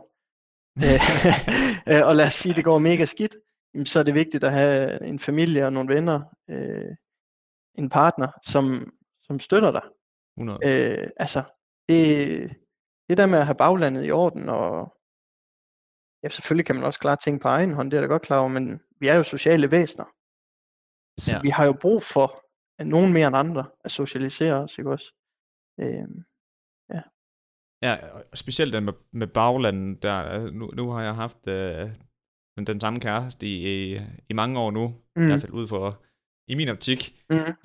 Og lad os sige, det går mega skidt, så er det vigtigt at have en familie og nogle venner, en partner, som støtter dig. Altså, det der med at have baglandet i orden, og ja, selvfølgelig kan man også klare ting på egen hånd, det er jeg da godt klar over, men vi er jo sociale væsener. Så vi har jo brug for nogen mere end andre at socialisere os, ikke også? Ja, specielt den med baglandet der. Nu har jeg haft den samme kæreste i mange år nu, i hvert fald ud for i min optik.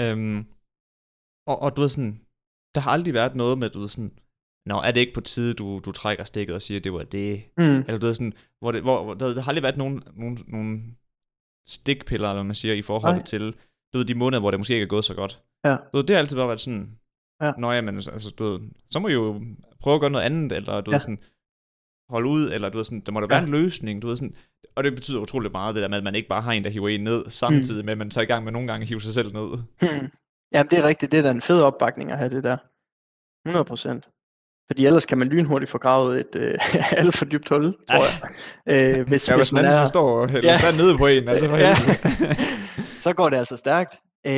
Og du ved sådan, der har aldrig været noget med, du ved sådan, nå, er det ikke på tide, du trækker stikket og siger, det var det? Eller du ved sådan, hvor der har aldrig været nogle stikpiller, eller man siger, i forhold til, du ved, de måneder, hvor det måske ikke er gået så godt. Du ved, det har altid bare været sådan, nå ja, men altså, du ved, så må I jo prøve at gøre noget andet, eller du ved sådan, holde ud, eller du ved sådan, der må der være en løsning, du ved sådan, og det betyder utroligt meget, det der med, at man ikke bare har en, der hiver en ned, samtidig med, at man tager i gang med nogle gange at hive sig selv ned. Jamen, det er rigtigt, det er da en fed opbakning at have det der. 100%. Fordi ellers kan man lynhurtigt få gravet et alt for dybt hul, tror jeg. Hvis man så står og hælder sand nede på en, altså så går det altså stærkt.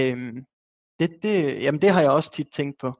Jamen det har jeg også tit tænkt på.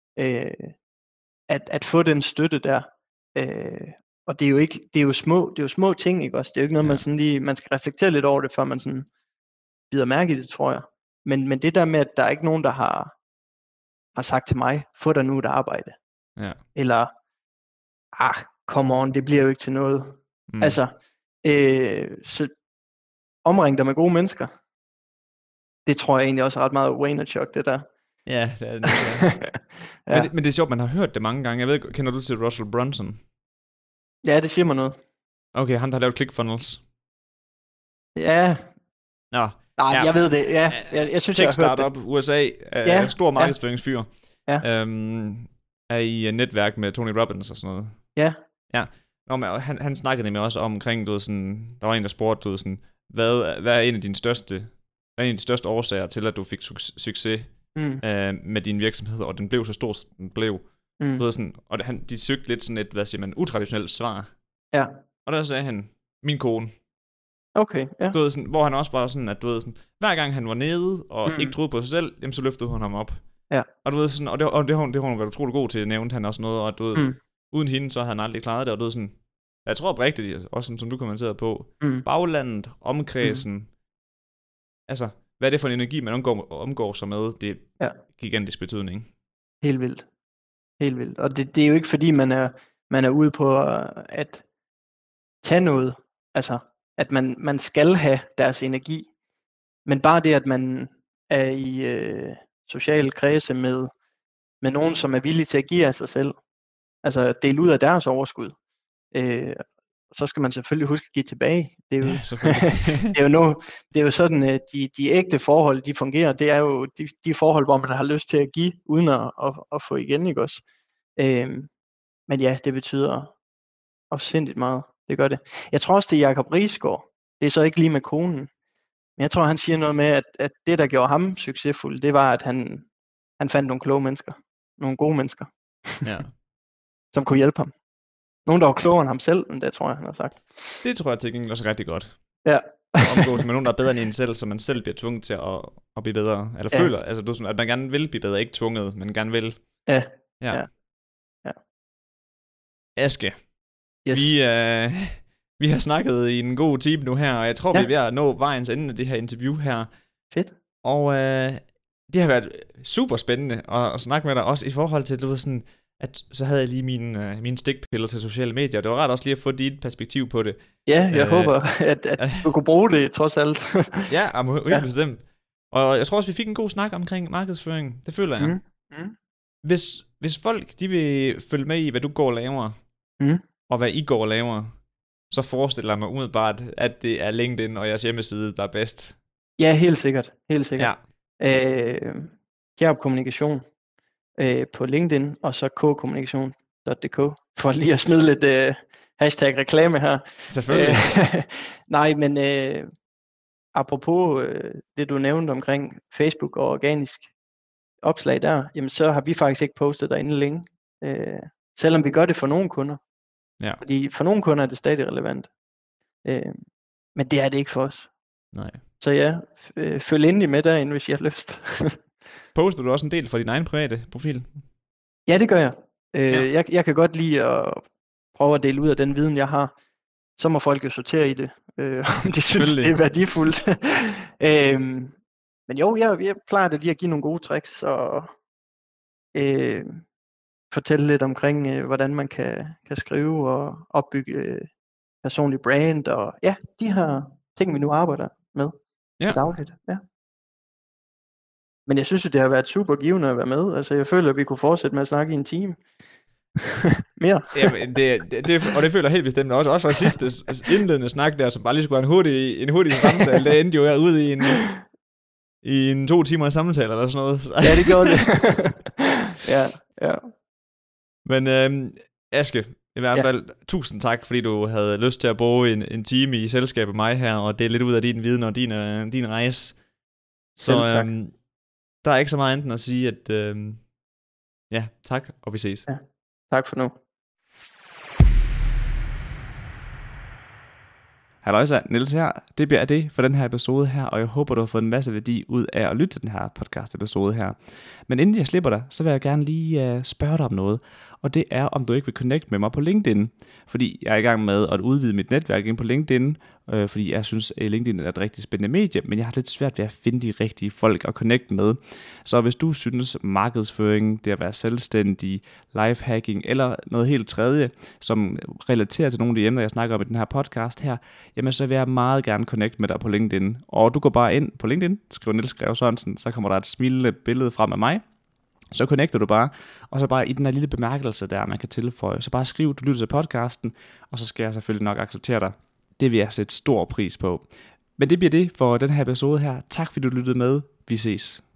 At få den støtte der. Og det er jo små ting, ikke også? Det er jo ikke noget, man sådan lige, man skal reflektere lidt over det, før man sådan bider mærke i det, tror jeg. Men det der med, at der er ikke nogen, der har sagt til mig, få dig nu et arbejde. Eller, come on, det bliver jo ikke til noget. Altså, så omring dig med gode mennesker. Det tror jeg egentlig også er ret meget Vaynerchuk, det der. Ja, det er det. Men det er sjovt, man har hørt det mange gange. Jeg ved, kender du til Russell Brunson? Ja, det siger mig noget. Okay, han der har lavet ClickFunnels. Ja. Nå. Nej, jeg ved det. Ja, jeg synes, jeg har hørt det. Startup, USA, stor markedsføringsfyr. Er i netværk med Tony Robbins og sådan noget. Ja. Nå, men han snakkede nemlig også omkring, du ved, sådan, der var en, der spurgte, du ved, sådan, hvad er en af de største årsager til, at du fik succes med din virksomhed, og den blev så stor, som den blev. Du ved, sådan, og de søgte lidt sådan et, hvad siger man, utraditionelt svar. Og der sagde han, min kone. Okay, ja. Du ved, sådan, hvor han også bare sådan, at du ved, sådan, hver gang han var nede, og ikke troede på sig selv, jamen, så løftede hun ham op. Og du ved, sådan, og det har hun været utrolig god til, nævnte han også noget, og du ved, uden hende, så havde han aldrig klaret det, og du ved, sådan, jeg tror oprigtigt, også sådan, som du kommenterede på, baglandet, omkredsen, altså, hvad er det for en energi, man omgår sig med, det er gigantisk betydning. Helt vildt. Og det er jo ikke fordi, man er ude på at tage noget, altså, at man skal have deres energi, men bare det, at man er i social kredse med nogen, som er villige til at give af sig selv, altså dele ud af deres overskud, så skal man selvfølgelig huske at give tilbage. Det er jo, Ja, selvfølgelig. det er jo sådan, de ægte forhold, de fungerer. Det er jo de forhold, hvor man har lyst til at give, uden at få igen, ikke også? Men ja, det betyder afsindigt meget. Det gør det. Jeg tror også, det er Jacob Risgaard. Det er så ikke lige med konen. Men jeg tror, han siger noget med, at det, der gjorde ham succesfuld, det var, at han fandt nogle kloge mennesker. Nogle gode mennesker. Ja. Som kunne hjælpe ham. Nogen, der var klogere end ham selv, men det tror jeg, han har sagt. Det tror jeg til gengæld også rigtig godt. Ja. Omgås med nogen, der er bedre end en selv, så man selv bliver tvunget til at blive bedre. Eller føler, altså du sådan, at man gerne vil blive bedre, ikke tvunget, men gerne vil. Ja. Aske, Yes. vi har snakket i en god time nu her, og jeg tror, vi er ved at nå vejens ende af det her interview her. Fedt. Og det har været super spændende at snakke med dig, også i forhold til, du ved sådan, at så havde jeg lige mine stikpiller til sociale medier. Det var ret også lige at få dit perspektiv på det. Ja, jeg håber, at du kunne bruge det trods alt. Ja, helt bestemt. Og jeg tror også, vi fik en god snak omkring markedsføring. Det føler jeg. Hvis folk de vil følge med i, hvad du går og laver, og hvad I går og laver, så forestiller jeg mig umiddelbart, at det er LinkedIn og jeres hjemmeside, der er bedst. Ja, helt sikkert. Helt sikkert. Ja. Kjærup Kommunikation på LinkedIn, og så kkommunikation.dk, for lige at smide lidt hashtag reklame her. Selvfølgelig. Nej, men apropos det du nævnte omkring Facebook og organisk opslag der, jamen så har vi faktisk ikke postet derinde længe, selvom vi gør det for nogle kunder. Ja. Fordi for nogle kunder er det stadig relevant, men det er det ikke for os. Nej. Så ja, følg endelig med derinde, hvis I har lyst. Poster du også en del for din egen private profil? Ja, det gør jeg. Jeg kan godt lide at prøve at dele ud af den viden, jeg har. Så må folk jo sortere i det, om de synes, det er værdifuldt. Men jo, jeg plejer da lige at give nogle gode tricks og fortælle lidt omkring, hvordan man kan skrive og opbygge personlig brand. Og ja, de her ting, vi nu arbejder med dagligt. Ja. Men jeg synes jo, det har været super givende at være med. Altså, jeg føler, at vi kunne fortsætte med at snakke i en time. Mere. Ja, og det føler jeg helt bestemt også for sidste indledende snak der, som bare lige skulle være en hurtig samtale, der endte jo ude i en 2 timer samtale eller sådan noget. Ja, det gjorde det. ja. Men Aske, i hvert fald tusind tak, fordi du havde lyst til at bruge en time i selskab med mig her, og dele lidt ud af din viden og din rejse. Så der er ikke så meget andet end at sige, at tak, og vi ses. Ja. Tak for nu. Halløjsa, Niels her. Det bliver det for den her episode her, og jeg håber, du har fået en masse værdi ud af at lytte til den her podcast episode her. Men inden jeg slipper dig, så vil jeg gerne lige spørge dig om noget, og det er, om du ikke vil connecte med mig på LinkedIn, fordi jeg er i gang med at udvide mit netværk ind på LinkedIn, fordi jeg synes, at LinkedIn er et rigtig spændende medie, men jeg har lidt svært ved at finde de rigtige folk at connecte med. Så hvis du synes, markedsføring, det at være selvstændig, lifehacking eller noget helt tredje, som relaterer til nogle af de emner, jeg snakker om i den her podcast her, jamen så vil jeg meget gerne connecte med dig på LinkedIn. Og du går bare ind på LinkedIn, skriver Niels Greve Sørensen, så kommer der et smilende billede frem af mig. Så connecter du bare, og så bare i den her lille bemærkelse der, man kan tilføje, så bare skriv, du lytter til podcasten, og så skal jeg selvfølgelig nok acceptere dig. Det vil jeg sætte stor pris på. Men det bliver det for den her episode her. Tak fordi du lyttede med. Vi ses.